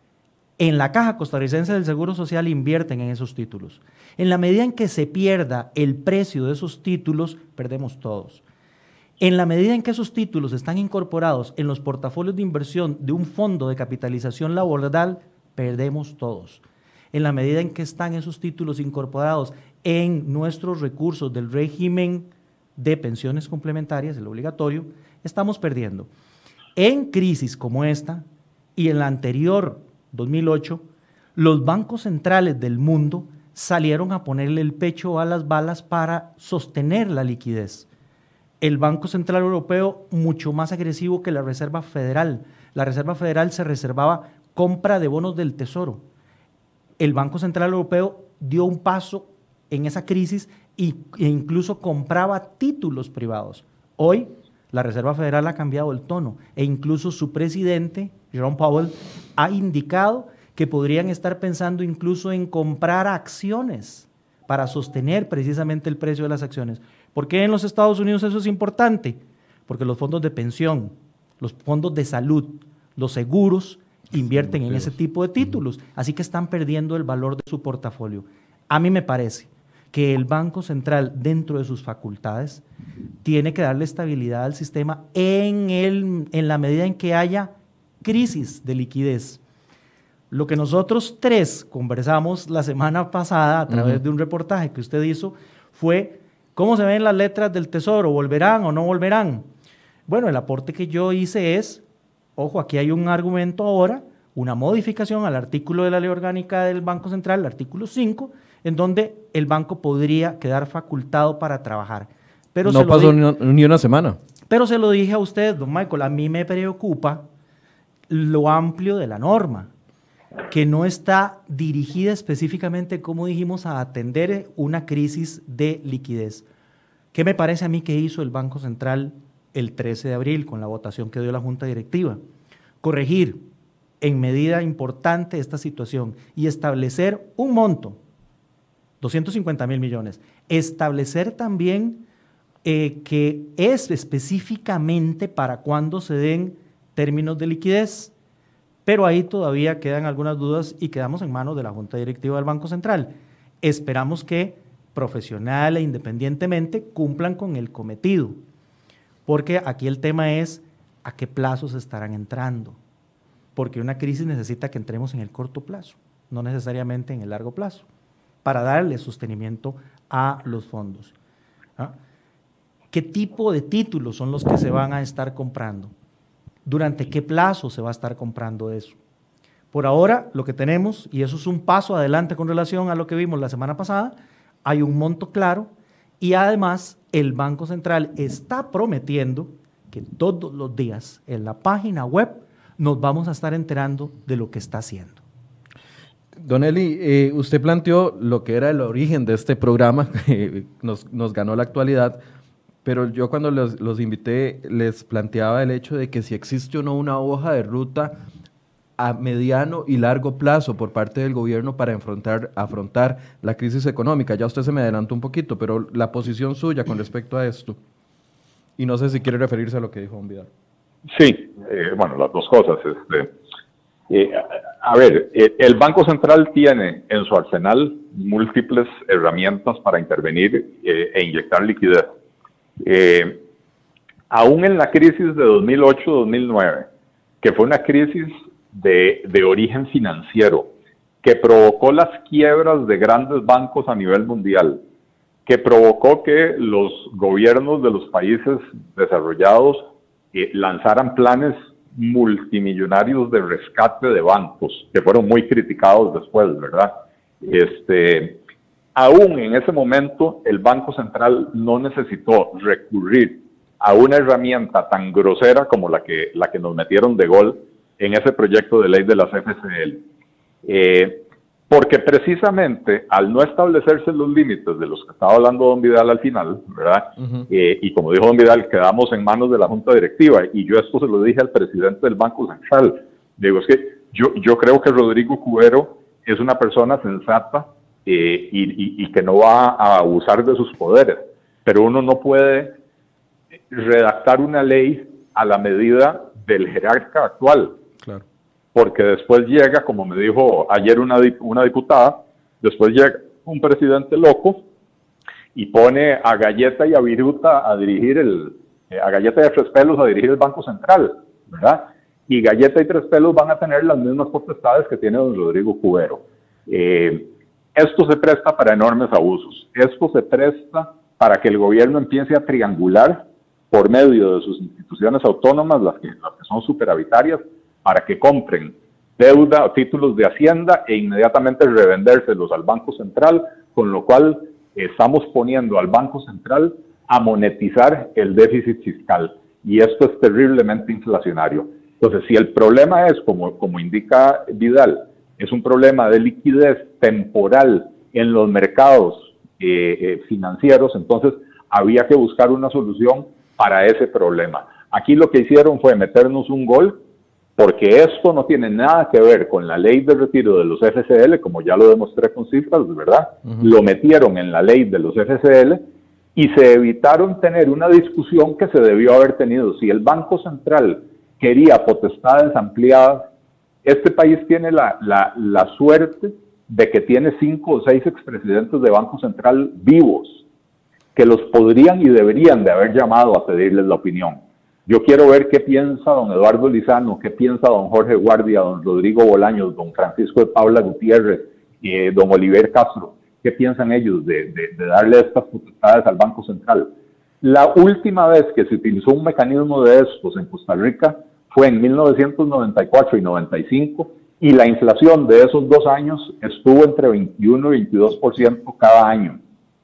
En la Caja Costarricense del Seguro Social invierten en esos títulos. En la medida en que se pierda el precio de esos títulos, perdemos todos. En la medida en que esos títulos están incorporados en los portafolios de inversión de un fondo de capitalización laboral, perdemos todos. En la medida en que están esos títulos incorporados en nuestros recursos del régimen de pensiones complementarias, el obligatorio, estamos perdiendo. En crisis como esta y en la anterior, dos mil ocho, los bancos centrales del mundo salieron a ponerle el pecho a las balas para sostener la liquidez. El Banco Central Europeo mucho más agresivo que la Reserva Federal. La Reserva Federal se reservaba compra de bonos del Tesoro. El Banco Central Europeo dio un paso en esa crisis e incluso compraba títulos privados. Hoy la Reserva Federal ha cambiado el tono e incluso su presidente, Jerome Powell, ha indicado que podrían estar pensando incluso en comprar acciones para sostener precisamente el precio de las acciones. ¿Por qué en los Estados Unidos eso es importante? Porque los fondos de pensión, los fondos de salud, los seguros invierten en ese tipo de títulos, así que están perdiendo el valor de su portafolio. A mí me parece que el Banco Central, dentro de sus facultades, tiene que darle estabilidad al sistema en, el, en la medida en que haya crisis de liquidez. Lo que nosotros tres conversamos la semana pasada a través uh-huh. de un reportaje que usted hizo fue cómo se ven las letras del Tesoro, ¿volverán o no volverán? Bueno, el aporte que yo hice es, ojo, aquí hay un argumento ahora, una modificación al artículo de la Ley Orgánica del Banco Central, el artículo cinco, en donde el banco podría quedar facultado para trabajar. Pero no pasó di- ni una semana. Pero se lo dije a usted, don Michael, a mí me preocupa lo amplio de la norma, que no está dirigida específicamente, como dijimos, a atender una crisis de liquidez. ¿Qué me parece a mí que hizo el Banco Central el trece de abril con la votación que dio la Junta Directiva? Corregir en medida importante esta situación y establecer un monto, doscientos cincuenta mil millones, establecer también eh, que es específicamente para cuando se den términos de liquidez, pero ahí todavía quedan algunas dudas y quedamos en manos de la Junta Directiva del Banco Central. Esperamos que profesional e independientemente cumplan con el cometido, porque aquí el tema es a qué plazos estarán entrando, porque una crisis necesita que entremos en el corto plazo, no necesariamente en el largo plazo, para darle sostenimiento a los fondos. ¿Ah? ¿Qué tipo de títulos son los que se van a estar comprando? ¿Durante qué plazo se va a estar comprando eso? Por ahora, lo que tenemos, y eso es un paso adelante con relación a lo que vimos la semana pasada, hay un monto claro y además el Banco Central está prometiendo que todos los días en la página web nos vamos a estar enterando de lo que está haciendo. Don Eli, eh, usted planteó lo que era el origen de este programa, que nos, nos ganó la actualidad, pero yo cuando los, los invité les planteaba el hecho de que si existe o no una hoja de ruta a mediano y largo plazo por parte del gobierno para afrontar, afrontar la crisis económica. Ya usted se me adelantó un poquito, pero la posición suya con respecto a esto. Y no sé si quiere referirse a lo que dijo don Vidal. Sí, eh, bueno, las dos cosas. Este, eh, a, a ver, eh, el Banco Central tiene en su arsenal múltiples herramientas para intervenir eh, e inyectar liquidez. Eh, aún en la crisis de dos mil ocho dos mil nueve, que fue una crisis de, de origen financiero, que provocó las quiebras de grandes bancos a nivel mundial, que provocó que los gobiernos de los países desarrollados eh, lanzaran planes multimillonarios de rescate de bancos, que fueron muy criticados después, ¿verdad? Este... Aún en ese momento, el Banco Central no necesitó recurrir a una herramienta tan grosera como la que, la que nos metieron de gol en ese proyecto de ley de las F C L. Eh, porque precisamente al no establecerse los límites de los que estaba hablando don Vidal al final, ¿verdad? Uh-huh. eh, y como dijo don Vidal, quedamos en manos de la Junta Directiva, y yo esto se lo dije al presidente del Banco Central. Digo, es que yo, yo creo que Rodrigo Cubero es una persona sensata, Eh, y, y, y que no va a abusar de sus poderes, pero uno no puede redactar una ley a la medida del jerarca actual, claro. Porque después llega, como me dijo ayer una, una diputada, después llega un presidente loco y pone a Galleta y a Viruta a dirigir el, eh, a Galleta y a Tres Pelos a dirigir el Banco Central, ¿verdad? Y Galleta y Tres Pelos van a tener las mismas potestades que tiene don Rodrigo Cubero. Eh, Esto se presta para enormes abusos. Esto se presta para que el gobierno empiece a triangular por medio de sus instituciones autónomas, las que, las que son superavitarias, para que compren deuda o títulos de Hacienda e inmediatamente revendérselos al Banco Central, con lo cual estamos poniendo al Banco Central a monetizar el déficit fiscal. Y esto es terriblemente inflacionario. Entonces, si el problema es, como, como indica Vidal, es un problema de liquidez temporal en los mercados eh, eh, financieros, entonces había que buscar una solución para ese problema. Aquí lo que hicieron fue meternos un gol, porque esto no tiene nada que ver con la ley de retiro de los F C L, como ya lo demostré con cifras, ¿verdad? Uh-huh. Lo metieron en la ley de los F C L y se evitaron tener una discusión que se debió haber tenido. Si el Banco Central quería potestades ampliadas, este país tiene la, la, la suerte de que tiene cinco o seis expresidentes de Banco Central vivos, que los podrían y deberían de haber llamado a pedirles la opinión. Yo quiero ver qué piensa don Eduardo Lizano, qué piensa don Jorge Guardia, don Rodrigo Bolaños, don Francisco de Paula Gutiérrez, eh, don Oliver Castro, qué piensan ellos de, de, de darle estas potestades al Banco Central. La última vez que se utilizó un mecanismo de estos en Costa Rica fue en mil novecientos noventa y cuatro y noventa y cinco, y la inflación de esos dos años estuvo entre veintiuno y veintidós por ciento cada año.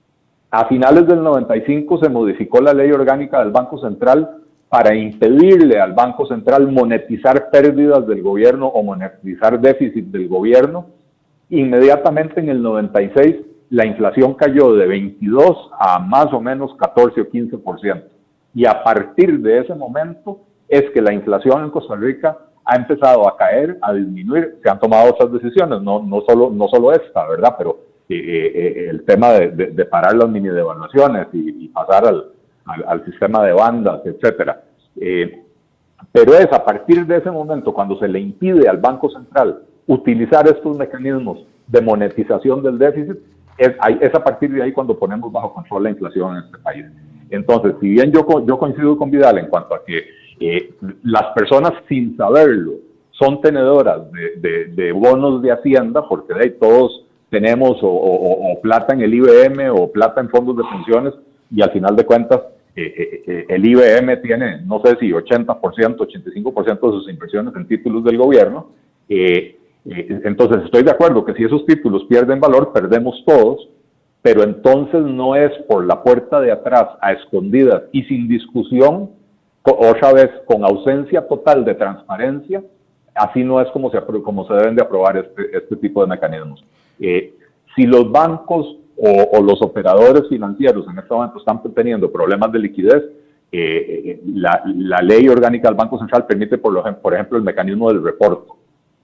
A finales del noventa y cinco se modificó la ley orgánica del Banco Central para impedirle al Banco Central monetizar pérdidas del gobierno o monetizar déficit del gobierno. Inmediatamente en el noventa y seis la inflación cayó de veintidós a más o menos catorce o quince por ciento. Y a partir de ese momento es que la inflación en Costa Rica ha empezado a caer, a disminuir, se han tomado otras decisiones, no, no, solo, no solo esta, ¿verdad? Pero eh, eh, el tema de, de, de parar las mini devaluaciones y, y pasar al, al, al sistema de bandas, etcétera. Eh, pero es a partir de ese momento cuando se le impide al Banco Central utilizar estos mecanismos de monetización del déficit, es, es a partir de ahí cuando ponemos bajo control la inflación en este país. Entonces, si bien yo, yo coincido con Vidal en cuanto a que eh, las personas sin saberlo son tenedoras de, de, de bonos de Hacienda, porque de ahí todos tenemos o, o, o plata en el I B M o plata en fondos de pensiones, y al final de cuentas eh, eh, el I B M tiene, no sé si ochenta por ciento, ochenta y cinco por ciento de sus inversiones en títulos del gobierno. Eh, eh, entonces estoy de acuerdo que si esos títulos pierden valor, perdemos todos, pero entonces no es por la puerta de atrás, a escondidas y sin discusión, otra vez con ausencia total de transparencia. Así no es como se, como se deben de aprobar este, este tipo de mecanismos. Eh, si los bancos o, o los operadores financieros en este momento están teniendo problemas de liquidez, eh, la, la ley orgánica del Banco Central permite, por, lo, por ejemplo, el mecanismo del reporto.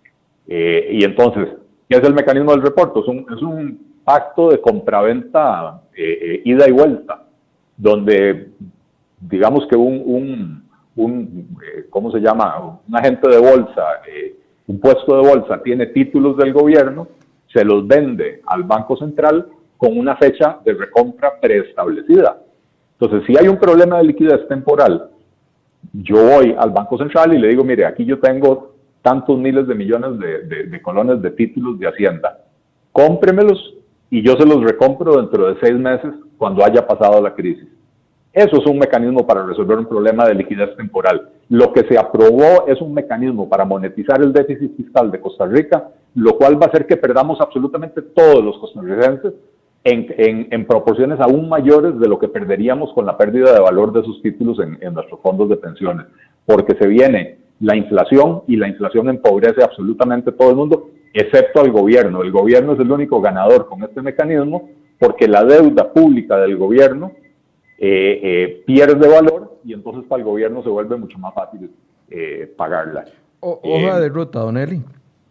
Eh, y entonces, ¿qué es el mecanismo del reporto? Es un, es un pacto de compraventa eh, eh, ida y vuelta, donde digamos que un, un, un eh, ¿cómo se llama? Un agente de bolsa, eh, un puesto de bolsa tiene títulos del gobierno, se los vende al Banco Central con una fecha de recompra preestablecida. Entonces, si hay un problema de liquidez temporal, yo voy al Banco Central y le digo, mire, aquí yo tengo tantos miles de millones de, de, de colones de títulos de Hacienda, cómpremelos y yo se los recompro dentro de seis meses cuando haya pasado la crisis. Eso es un mecanismo para resolver un problema de liquidez temporal. Lo que se aprobó es un mecanismo para monetizar el déficit fiscal de Costa Rica, lo cual va a hacer que perdamos absolutamente todos los costarricenses en, en, en proporciones aún mayores de lo que perderíamos con la pérdida de valor de sus títulos en, en nuestros fondos de pensiones, porque se viene la inflación y la inflación empobrece absolutamente todo el mundo, excepto al gobierno. El gobierno es el único ganador con este mecanismo porque la deuda pública del gobierno eh, eh, pierde valor y entonces para el gobierno se vuelve mucho más fácil eh, pagarla. O, hoja eh, de ruta, don Eli.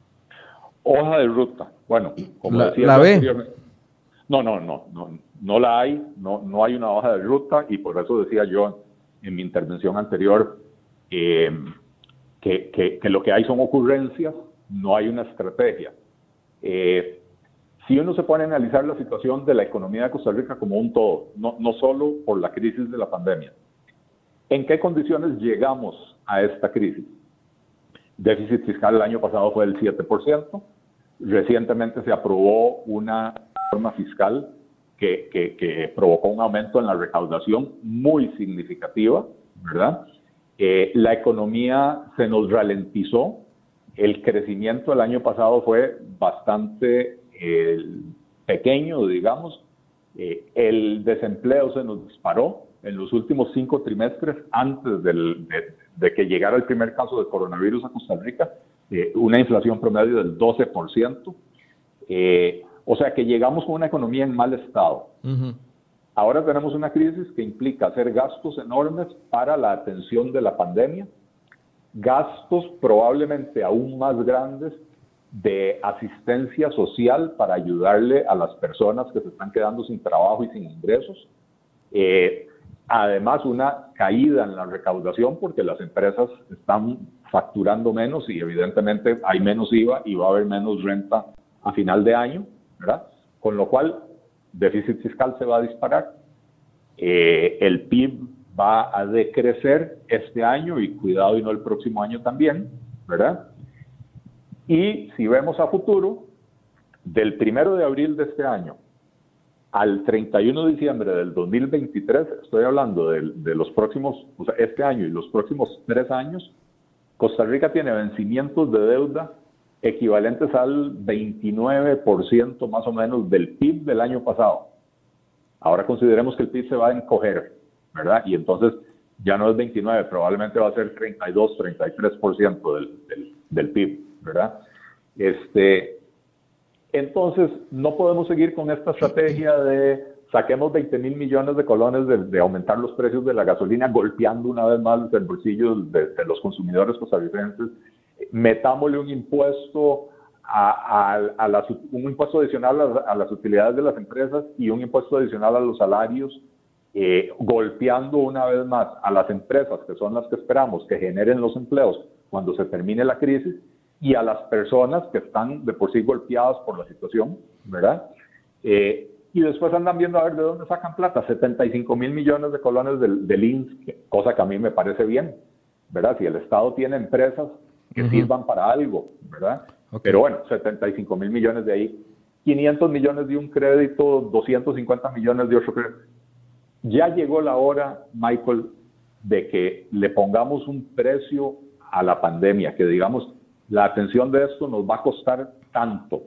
Hoja de ruta. Bueno, como la, decía ¿la ve? No, no, no, no, no la hay, no, no hay una hoja de ruta y por eso decía yo en mi intervención anterior eh, que, que, que lo que hay son ocurrencias, no hay una estrategia. Eh, si uno se pone a analizar la situación de la economía de Costa Rica como un todo, no, no solo por la crisis de la pandemia, ¿en qué condiciones llegamos a esta crisis? Déficit fiscal el año pasado fue del siete por ciento, recientemente se aprobó una reforma fiscal que, que, que provocó un aumento en la recaudación muy significativa, ¿verdad? Eh, la economía se nos ralentizó, el crecimiento del año pasado fue bastante eh, pequeño, digamos, eh, el desempleo se nos disparó en los últimos cinco trimestres antes del, de, de que llegara el primer caso de coronavirus a Costa Rica, eh, una inflación promedio del doce por ciento, eh, o sea que llegamos con una economía en mal estado. Uh-huh. Ahora tenemos una crisis que implica hacer gastos enormes para la atención de la pandemia, gastos probablemente aún más grandes de asistencia social para ayudarle a las personas que se están quedando sin trabajo y sin ingresos. Eh, además, una caída en la recaudación porque las empresas están facturando menos y evidentemente hay menos I V A y va a haber menos renta a final de año, ¿verdad? Con lo cual, déficit fiscal se va a disparar, eh, el P I B va a decrecer este año y cuidado y no el próximo año también, ¿verdad? Y si vemos a futuro, del primero de abril de este año al treinta y uno de diciembre del dos mil veintitrés, estoy hablando de, de los próximos, o sea, este año y los próximos tres años, Costa Rica tiene vencimientos de deuda equivalentes al veintinueve por ciento más o menos del P I B del año pasado. Ahora consideremos que el P I B se va a encoger, ¿verdad? Y entonces ya no es veintinueve, probablemente va a ser treinta y dos, treinta y tres por ciento del, del, del P I B, ¿verdad? Este, entonces, no podemos seguir con esta estrategia de saquemos veinte mil millones de colones de, de aumentar los precios de la gasolina, golpeando una vez más el bolsillo de, de los consumidores costarricenses. metámosle un impuesto a, a, a las, un impuesto adicional a, a las utilidades de las empresas y un impuesto adicional a los salarios, eh, golpeando una vez más a las empresas, que son las que esperamos que generen los empleos cuando se termine la crisis, y a las personas que están de por sí golpeadas por la situación, ¿verdad? Eh, y después andan viendo a ver de dónde sacan plata, setenta y cinco mil millones de colones del, del I N S S, cosa que a mí me parece bien, ¿verdad? Si el Estado tiene empresas que uh-huh. sirvan para algo, ¿verdad? Okay. Pero bueno, setenta y cinco mil millones de ahí, quinientos millones de un crédito, doscientos cincuenta millones de otro crédito. Ya llegó la hora, Michael, de que le pongamos un precio a la pandemia, que digamos, la atención de esto nos va a costar tanto.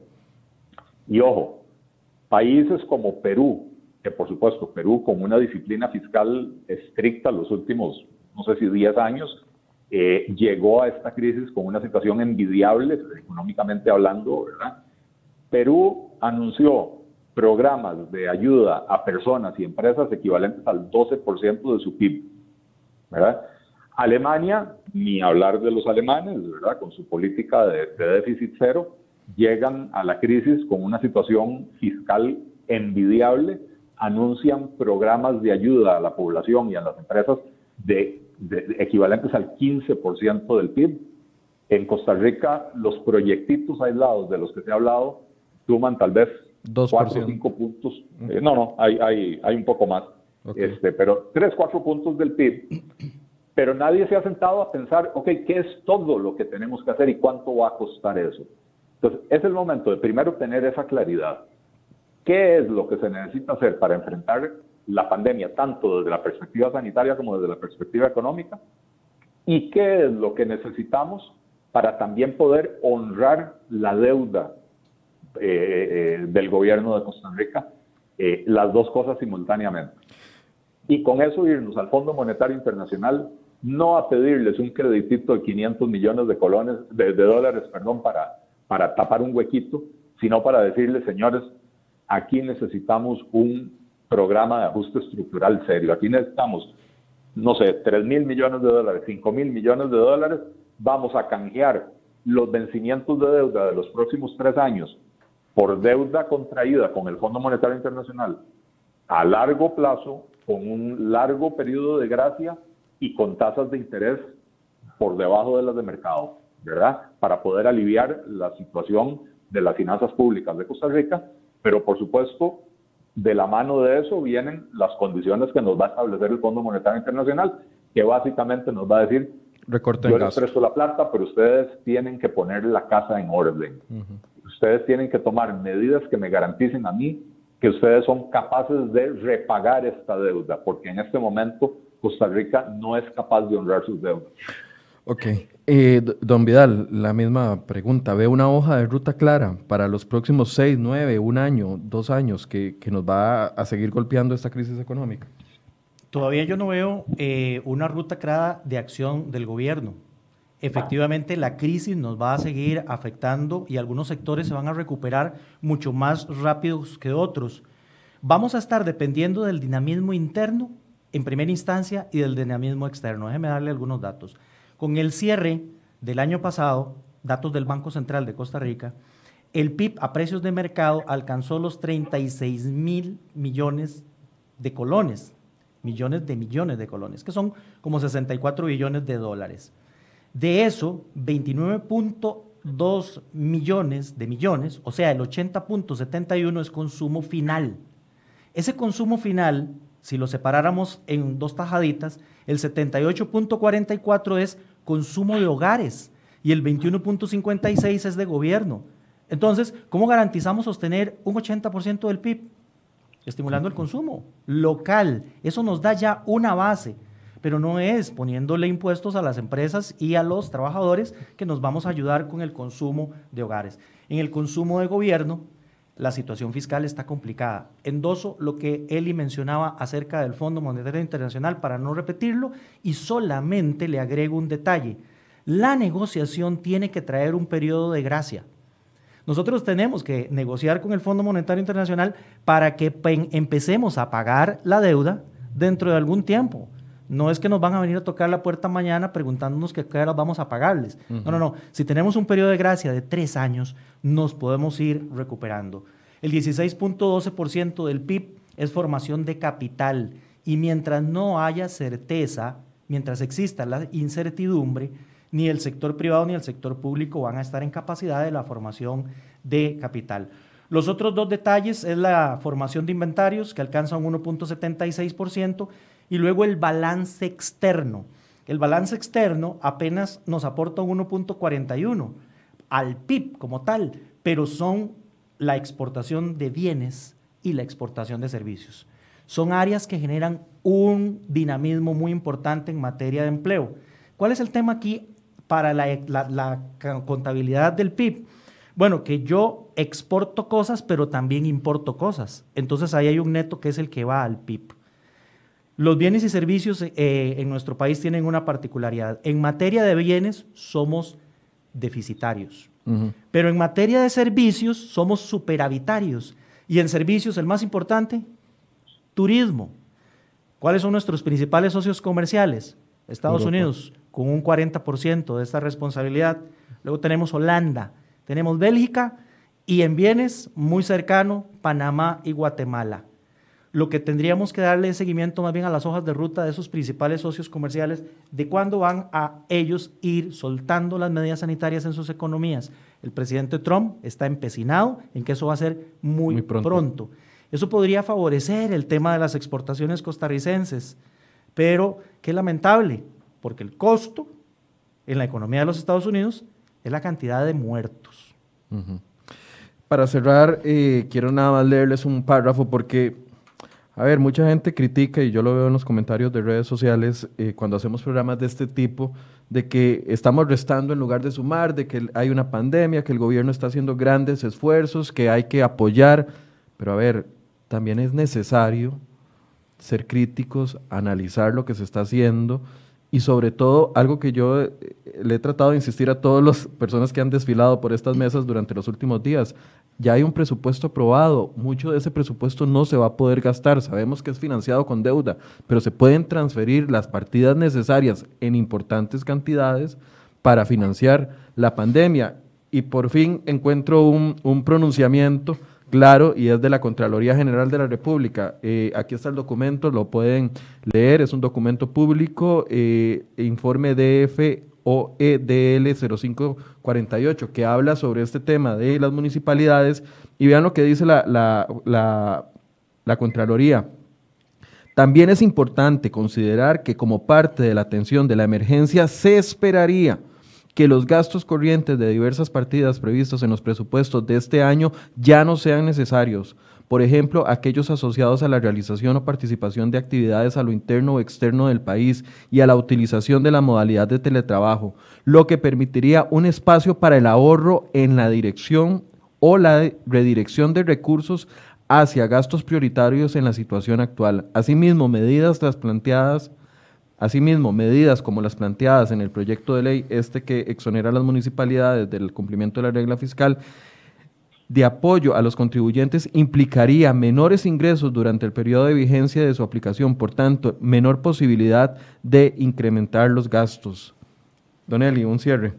Y ojo, países como Perú, que por supuesto Perú con una disciplina fiscal estricta los últimos, no sé si diez años, eh, llegó a esta crisis con una situación envidiable, económicamente hablando, ¿verdad? Perú anunció programas de ayuda a personas y empresas equivalentes al doce por ciento de su P I B, ¿verdad? Alemania, ni hablar de los alemanes, ¿verdad? Con su política de, de déficit cero, llegan a la crisis con una situación fiscal envidiable, anuncian programas de ayuda a la población y a las empresas de, de, de equivalentes al quince por ciento del P I B. En Costa Rica, los proyectitos aislados de los que se ha hablado suman tal vez dos por ciento. cuatro o cinco puntos. Uh-huh. Eh, no, no, hay, hay, hay un poco más. Okay. Este, pero tres, cuatro puntos del P I B. Pero nadie se ha sentado a pensar, ok, ¿qué es todo lo que tenemos que hacer y cuánto va a costar eso? Entonces, es el momento de primero tener esa claridad. ¿Qué es lo que se necesita hacer para enfrentar la pandemia, tanto desde la perspectiva sanitaria como desde la perspectiva económica? ¿Y qué es lo que necesitamos para también poder honrar la deuda eh, eh, del gobierno de Costa Rica? Eh, las dos cosas simultáneamente. Y con eso irnos al Fondo Monetario Internacional, no a pedirles un creditito de quinientos millones de colones, de, de dólares, perdón, para, para tapar un huequito, sino para decirles, señores, aquí necesitamos un programa de ajuste estructural serio. Aquí necesitamos, no sé, tres mil millones de dólares, cinco mil millones de dólares. Vamos a canjear los vencimientos de deuda de los próximos tres años por deuda contraída con el Fondo Monetario Internacional a largo plazo, con un largo periodo de gracia y con tasas de interés por debajo de las de mercado, ¿verdad? Para poder aliviar la situación de las finanzas públicas de Costa Rica, pero por supuesto, de la mano de eso vienen las condiciones que nos va a establecer el Fondo Monetario Internacional, que básicamente nos va a decir, recorten yo les presto la plata, pero ustedes tienen que poner la casa en orden. Uh-huh. Ustedes tienen que tomar medidas que me garanticen a mí que ustedes son capaces de repagar esta deuda, porque en este momento Costa Rica no es capaz de honrar sus deudas. Ok. Eh, don Vidal, la misma pregunta. ¿Ve una hoja de ruta clara para los próximos seis, nueve, un año, dos años que, que nos va a seguir golpeando esta crisis económica? Todavía yo no veo eh, una ruta clara de acción del gobierno. Efectivamente, la crisis nos va a seguir afectando y algunos sectores se van a recuperar mucho más rápidos que otros. Vamos a estar dependiendo del dinamismo interno en primera instancia y del dinamismo externo. Déjeme darle algunos datos. Con el cierre del año pasado, datos del Banco Central de Costa Rica, el P I B a precios de mercado alcanzó los treinta y seis mil millones de colones, millones de millones de colones, que son como sesenta y cuatro billones de dólares. De eso, veintinueve punto dos millones de millones, o sea, el ochenta punto setenta y uno es consumo final. Ese consumo final, si lo separáramos en dos tajaditas, el setenta y ocho punto cuarenta y cuatro es consumo de hogares y el veintiuno punto cincuenta y seis es de gobierno. Entonces, ¿cómo garantizamos sostener un ochenta por ciento del P I B? Estimulando el consumo local. Eso nos da ya una base, pero no es poniéndole impuestos a las empresas y a los trabajadores que nos vamos a ayudar con el consumo de hogares. En el consumo de gobierno, la situación fiscal está complicada. Endoso lo que Eli mencionaba acerca del Fondo Monetario Internacional para no repetirlo y solamente le agrego un detalle. La negociación tiene que traer un periodo de gracia. Nosotros tenemos que negociar con el Fondo Monetario Internacional para que empecemos a pagar la deuda dentro de algún tiempo. No es que nos van a venir a tocar la puerta mañana preguntándonos que a qué horas vamos a pagarles. Uh-huh. No, no, no. Si tenemos un periodo de gracia de tres años, nos podemos ir recuperando. El dieciséis punto doce por ciento del P I B es formación de capital. Y mientras no haya certeza, mientras exista la incertidumbre, ni el sector privado ni el sector público van a estar en capacidad de la formación de capital. Los otros dos detalles es la formación de inventarios, que alcanza un uno punto setenta y seis por ciento, y luego el balance externo. El balance externo apenas nos aporta un uno punto cuarenta y uno al P I B como tal, pero son la exportación de bienes y la exportación de servicios. Son áreas que generan un dinamismo muy importante en materia de empleo. ¿Cuál es el tema aquí para la, la, la contabilidad del P I B? Bueno, que yo exporto cosas, pero también importo cosas. Entonces ahí hay un neto que es el que va al P I B. Los bienes y servicios eh, en nuestro país tienen una particularidad. En materia de bienes somos deficitarios, uh-huh. pero en materia de servicios somos superavitarios. Y en servicios, el más importante, turismo. ¿Cuáles son nuestros principales socios comerciales? Estados Europa. Unidos, con un cuarenta por ciento de esta responsabilidad. Luego tenemos Holanda, tenemos Bélgica y en bienes muy cercano, Panamá y Guatemala. Lo que tendríamos que darle seguimiento más bien a las hojas de ruta de esos principales socios comerciales, de cuándo van a ellos ir soltando las medidas sanitarias en sus economías. El presidente Trump está empecinado en que eso va a ser muy, muy pronto. pronto. Eso podría favorecer el tema de las exportaciones costarricenses, pero qué lamentable, porque el costo en la economía de los Estados Unidos es la cantidad de muertos. Uh-huh. Para cerrar, eh, quiero nada más leerles un párrafo porque, a ver, mucha gente critica, y yo lo veo en los comentarios de redes sociales, eh, cuando hacemos programas de este tipo, de que estamos restando en lugar de sumar, de que hay una pandemia, que el gobierno está haciendo grandes esfuerzos, que hay que apoyar, pero a ver, también es necesario ser críticos, analizar lo que se está haciendo y sobre todo algo que yo eh, le he tratado de insistir a todas las personas que han desfilado por estas mesas durante los últimos días. Ya hay un presupuesto aprobado, mucho de ese presupuesto no se va a poder gastar, sabemos que es financiado con deuda, pero se pueden transferir las partidas necesarias en importantes cantidades para financiar la pandemia. Y por fin encuentro un, un pronunciamiento claro, y es de la Contraloría General de la República. Eh, aquí está el documento, lo pueden leer, es un documento público, eh, informe D F O E D L cero cinco cuarenta y ocho, que habla sobre este tema de las municipalidades, y vean lo que dice la, la, la, la Contraloría. También es importante considerar que como parte de la atención de la emergencia se esperaría que los gastos corrientes de diversas partidas previstos en los presupuestos de este año ya no sean necesarios. Por ejemplo, aquellos asociados a la realización o participación de actividades a lo interno o externo del país y a la utilización de la modalidad de teletrabajo, lo que permitiría un espacio para el ahorro en la dirección o la redirección de recursos hacia gastos prioritarios en la situación actual. Asimismo, medidas las planteadas Asimismo, medidas como las planteadas en el proyecto de ley, este que exonera a las municipalidades del cumplimiento de la regla fiscal de apoyo a los contribuyentes, implicaría menores ingresos durante el periodo de vigencia de su aplicación, por tanto, menor posibilidad de incrementar los gastos. Don Eli, un cierre.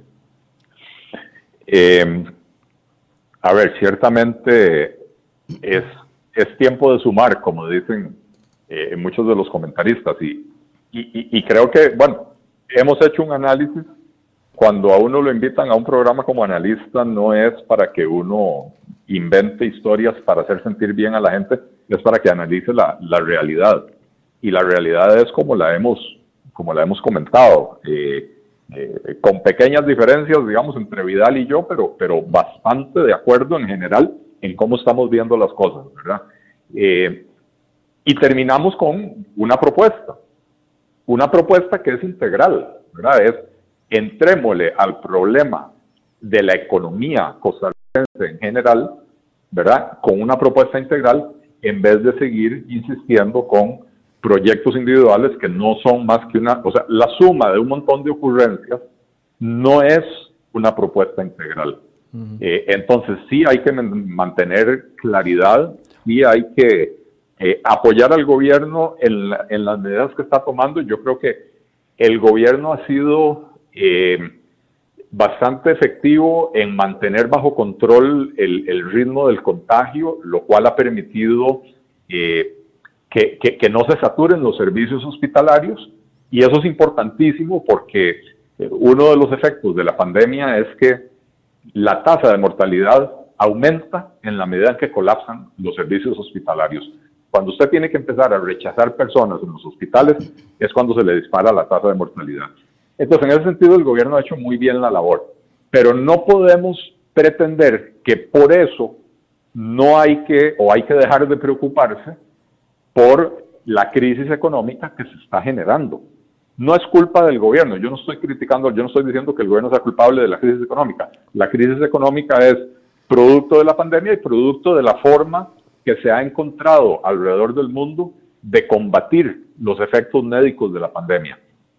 Eh, a ver, ciertamente es, es tiempo de sumar, como dicen eh, muchos de los comentaristas, y Y, y, y creo que, bueno, hemos hecho un análisis. Cuando a uno lo invitan a un programa como analista, no es para que uno invente historias para hacer sentir bien a la gente, es para que analice la, la realidad. Y la realidad es como la hemos, como la hemos comentado, eh, eh, con pequeñas diferencias, digamos, entre Vidal y yo, pero, pero bastante de acuerdo en general en cómo estamos viendo las cosas, ¿verdad? Eh, y terminamos con una propuesta. Una propuesta que es integral, ¿verdad? Es, entrémosle al problema de la economía costarricense en general, ¿verdad? Con una propuesta integral, en vez de seguir insistiendo con proyectos individuales que no son más que una... O sea, la suma de un montón de ocurrencias no es una propuesta integral. Uh-huh. Eh, entonces, sí hay que mantener claridad, sí hay que eh, apoyar al gobierno en, la, en las medidas que está tomando. Yo creo que el gobierno ha sido eh, bastante efectivo en mantener bajo control el, el ritmo del contagio, lo cual ha permitido eh, que, que, que no se saturen los servicios hospitalarios, y eso es importantísimo porque uno de los efectos de la pandemia es que la tasa de mortalidad aumenta en la medida en que colapsan los servicios hospitalarios. Cuando usted tiene que empezar a rechazar personas en los hospitales, es cuando se le dispara la tasa de mortalidad. Entonces, en ese sentido, el gobierno ha hecho muy bien la labor, pero no podemos pretender que por eso no hay que, o hay que dejar de preocuparse por la crisis económica que se está generando. No es culpa del gobierno. Yo no estoy criticando, yo no estoy diciendo que el gobierno sea culpable de la crisis económica. La crisis económica es producto de la pandemia y producto de la forma que se ha encontrado alrededor del mundo de combatir los efectos médicos de la pandemia.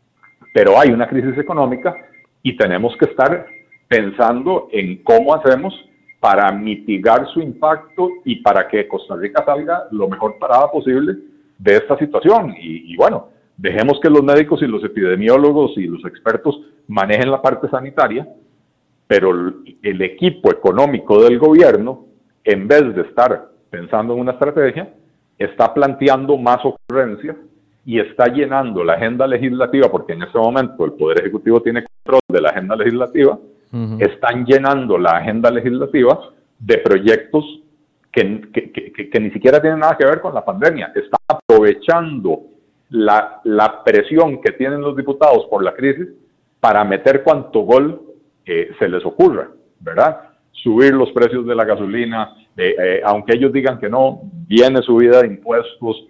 Pero hay una crisis económica y tenemos que estar pensando en cómo hacemos para mitigar su impacto y para que Costa Rica salga lo mejor parada posible de esta situación. Y, y bueno, dejemos que los médicos y los epidemiólogos y los expertos manejen la parte sanitaria, pero el, el equipo económico del gobierno, en vez de estar pensando en una estrategia, está planteando más ocurrencias y está llenando la agenda legislativa, porque en este momento el Poder Ejecutivo tiene control de la agenda legislativa. Uh-huh. Están llenando la agenda legislativa de proyectos que, que, que, que ni siquiera tienen nada que ver con la pandemia. Están aprovechando la, la presión que tienen los diputados por la crisis para meter cuanto gol eh, se les ocurra, ¿verdad? Subir los precios de la gasolina, eh, eh, aunque ellos digan que no, viene subida de impuestos,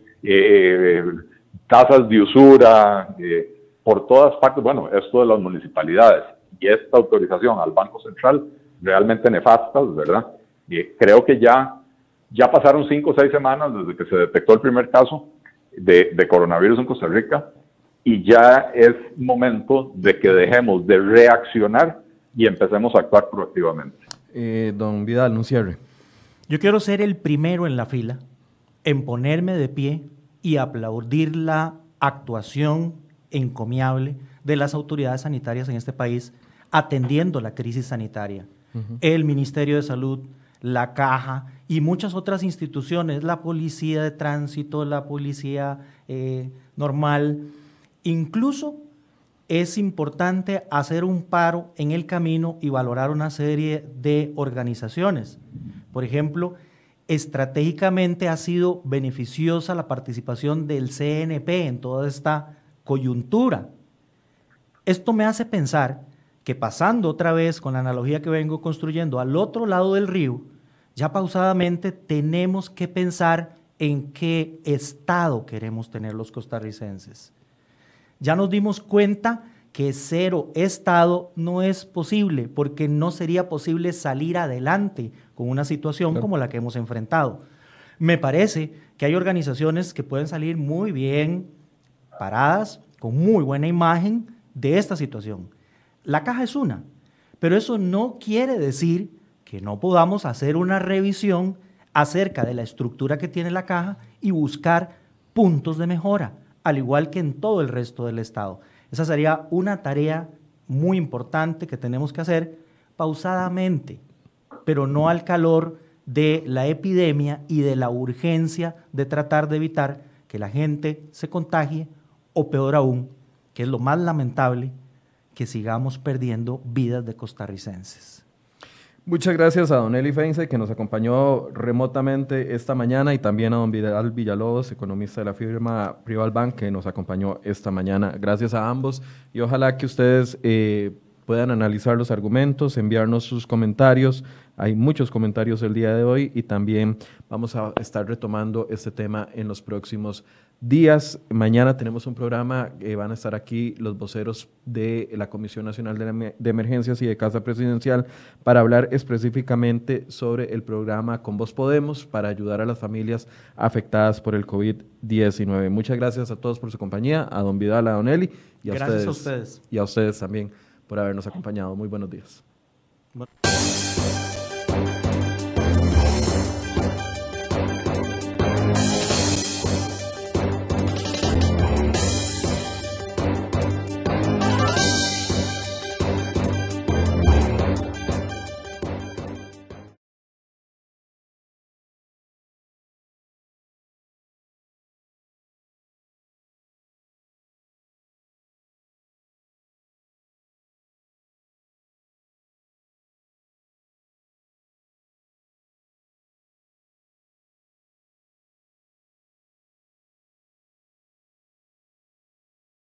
eh, tasas de usura, eh, por todas partes. Bueno, esto de las municipalidades y esta autorización al Banco Central, realmente nefastas, ¿verdad? Eh, creo que ya, ya pasaron cinco o seis semanas desde que se detectó el primer caso de, de coronavirus en Costa Rica, y ya es momento de que dejemos de reaccionar y empecemos a actuar proactivamente. Eh, don Vidal, un cierre. Yo quiero ser el primero en la fila en ponerme de pie y aplaudir la actuación encomiable de las autoridades sanitarias en este país atendiendo la crisis sanitaria. Uh-huh. El Ministerio de Salud, la Caja y muchas otras instituciones, la Policía de Tránsito, la Policía eh, normal. Incluso es importante hacer un paro en el camino y valorar una serie de organizaciones. Por ejemplo, estratégicamente ha sido beneficiosa la participación del C N P en toda esta coyuntura. Esto me hace pensar que, pasando otra vez con la analogía que vengo construyendo al otro lado del río, ya pausadamente tenemos que pensar en qué estado queremos tener los costarricenses. Ya nos dimos cuenta que cero estado no es posible, porque no sería posible salir adelante con una situación claro. como la que hemos enfrentado. Me parece que hay organizaciones que pueden salir muy bien paradas, con muy buena imagen de esta situación. La Caja es una, pero eso no quiere decir que no podamos hacer una revisión acerca de la estructura que tiene la Caja y buscar puntos de mejora, al igual que en todo el resto del Estado. Esa sería una tarea muy importante que tenemos que hacer pausadamente, pero no al calor de la epidemia y de la urgencia de tratar de evitar que la gente se contagie, o peor aún, que es lo más lamentable, que sigamos perdiendo vidas de costarricenses. Muchas gracias a don Eli Feinze, que nos acompañó remotamente esta mañana, y también a don Vidal Villalobos, economista de la firma Privalbank, que nos acompañó esta mañana. Gracias a ambos, y ojalá que ustedes eh, puedan analizar los argumentos, enviarnos sus comentarios. Hay muchos comentarios el día de hoy, y también vamos a estar retomando este tema en los próximos días. Mañana tenemos un programa, eh, van a estar aquí los voceros de la Comisión Nacional de, la, de Emergencias y de Casa Presidencial para hablar específicamente sobre el programa Con Vos Podemos para ayudar a las familias afectadas por el COVID diecinueve. Muchas gracias a todos por su compañía, a don Vidal, a don Eli, y a gracias ustedes, a ustedes. Y a ustedes también por habernos acompañado. Muy buenos días.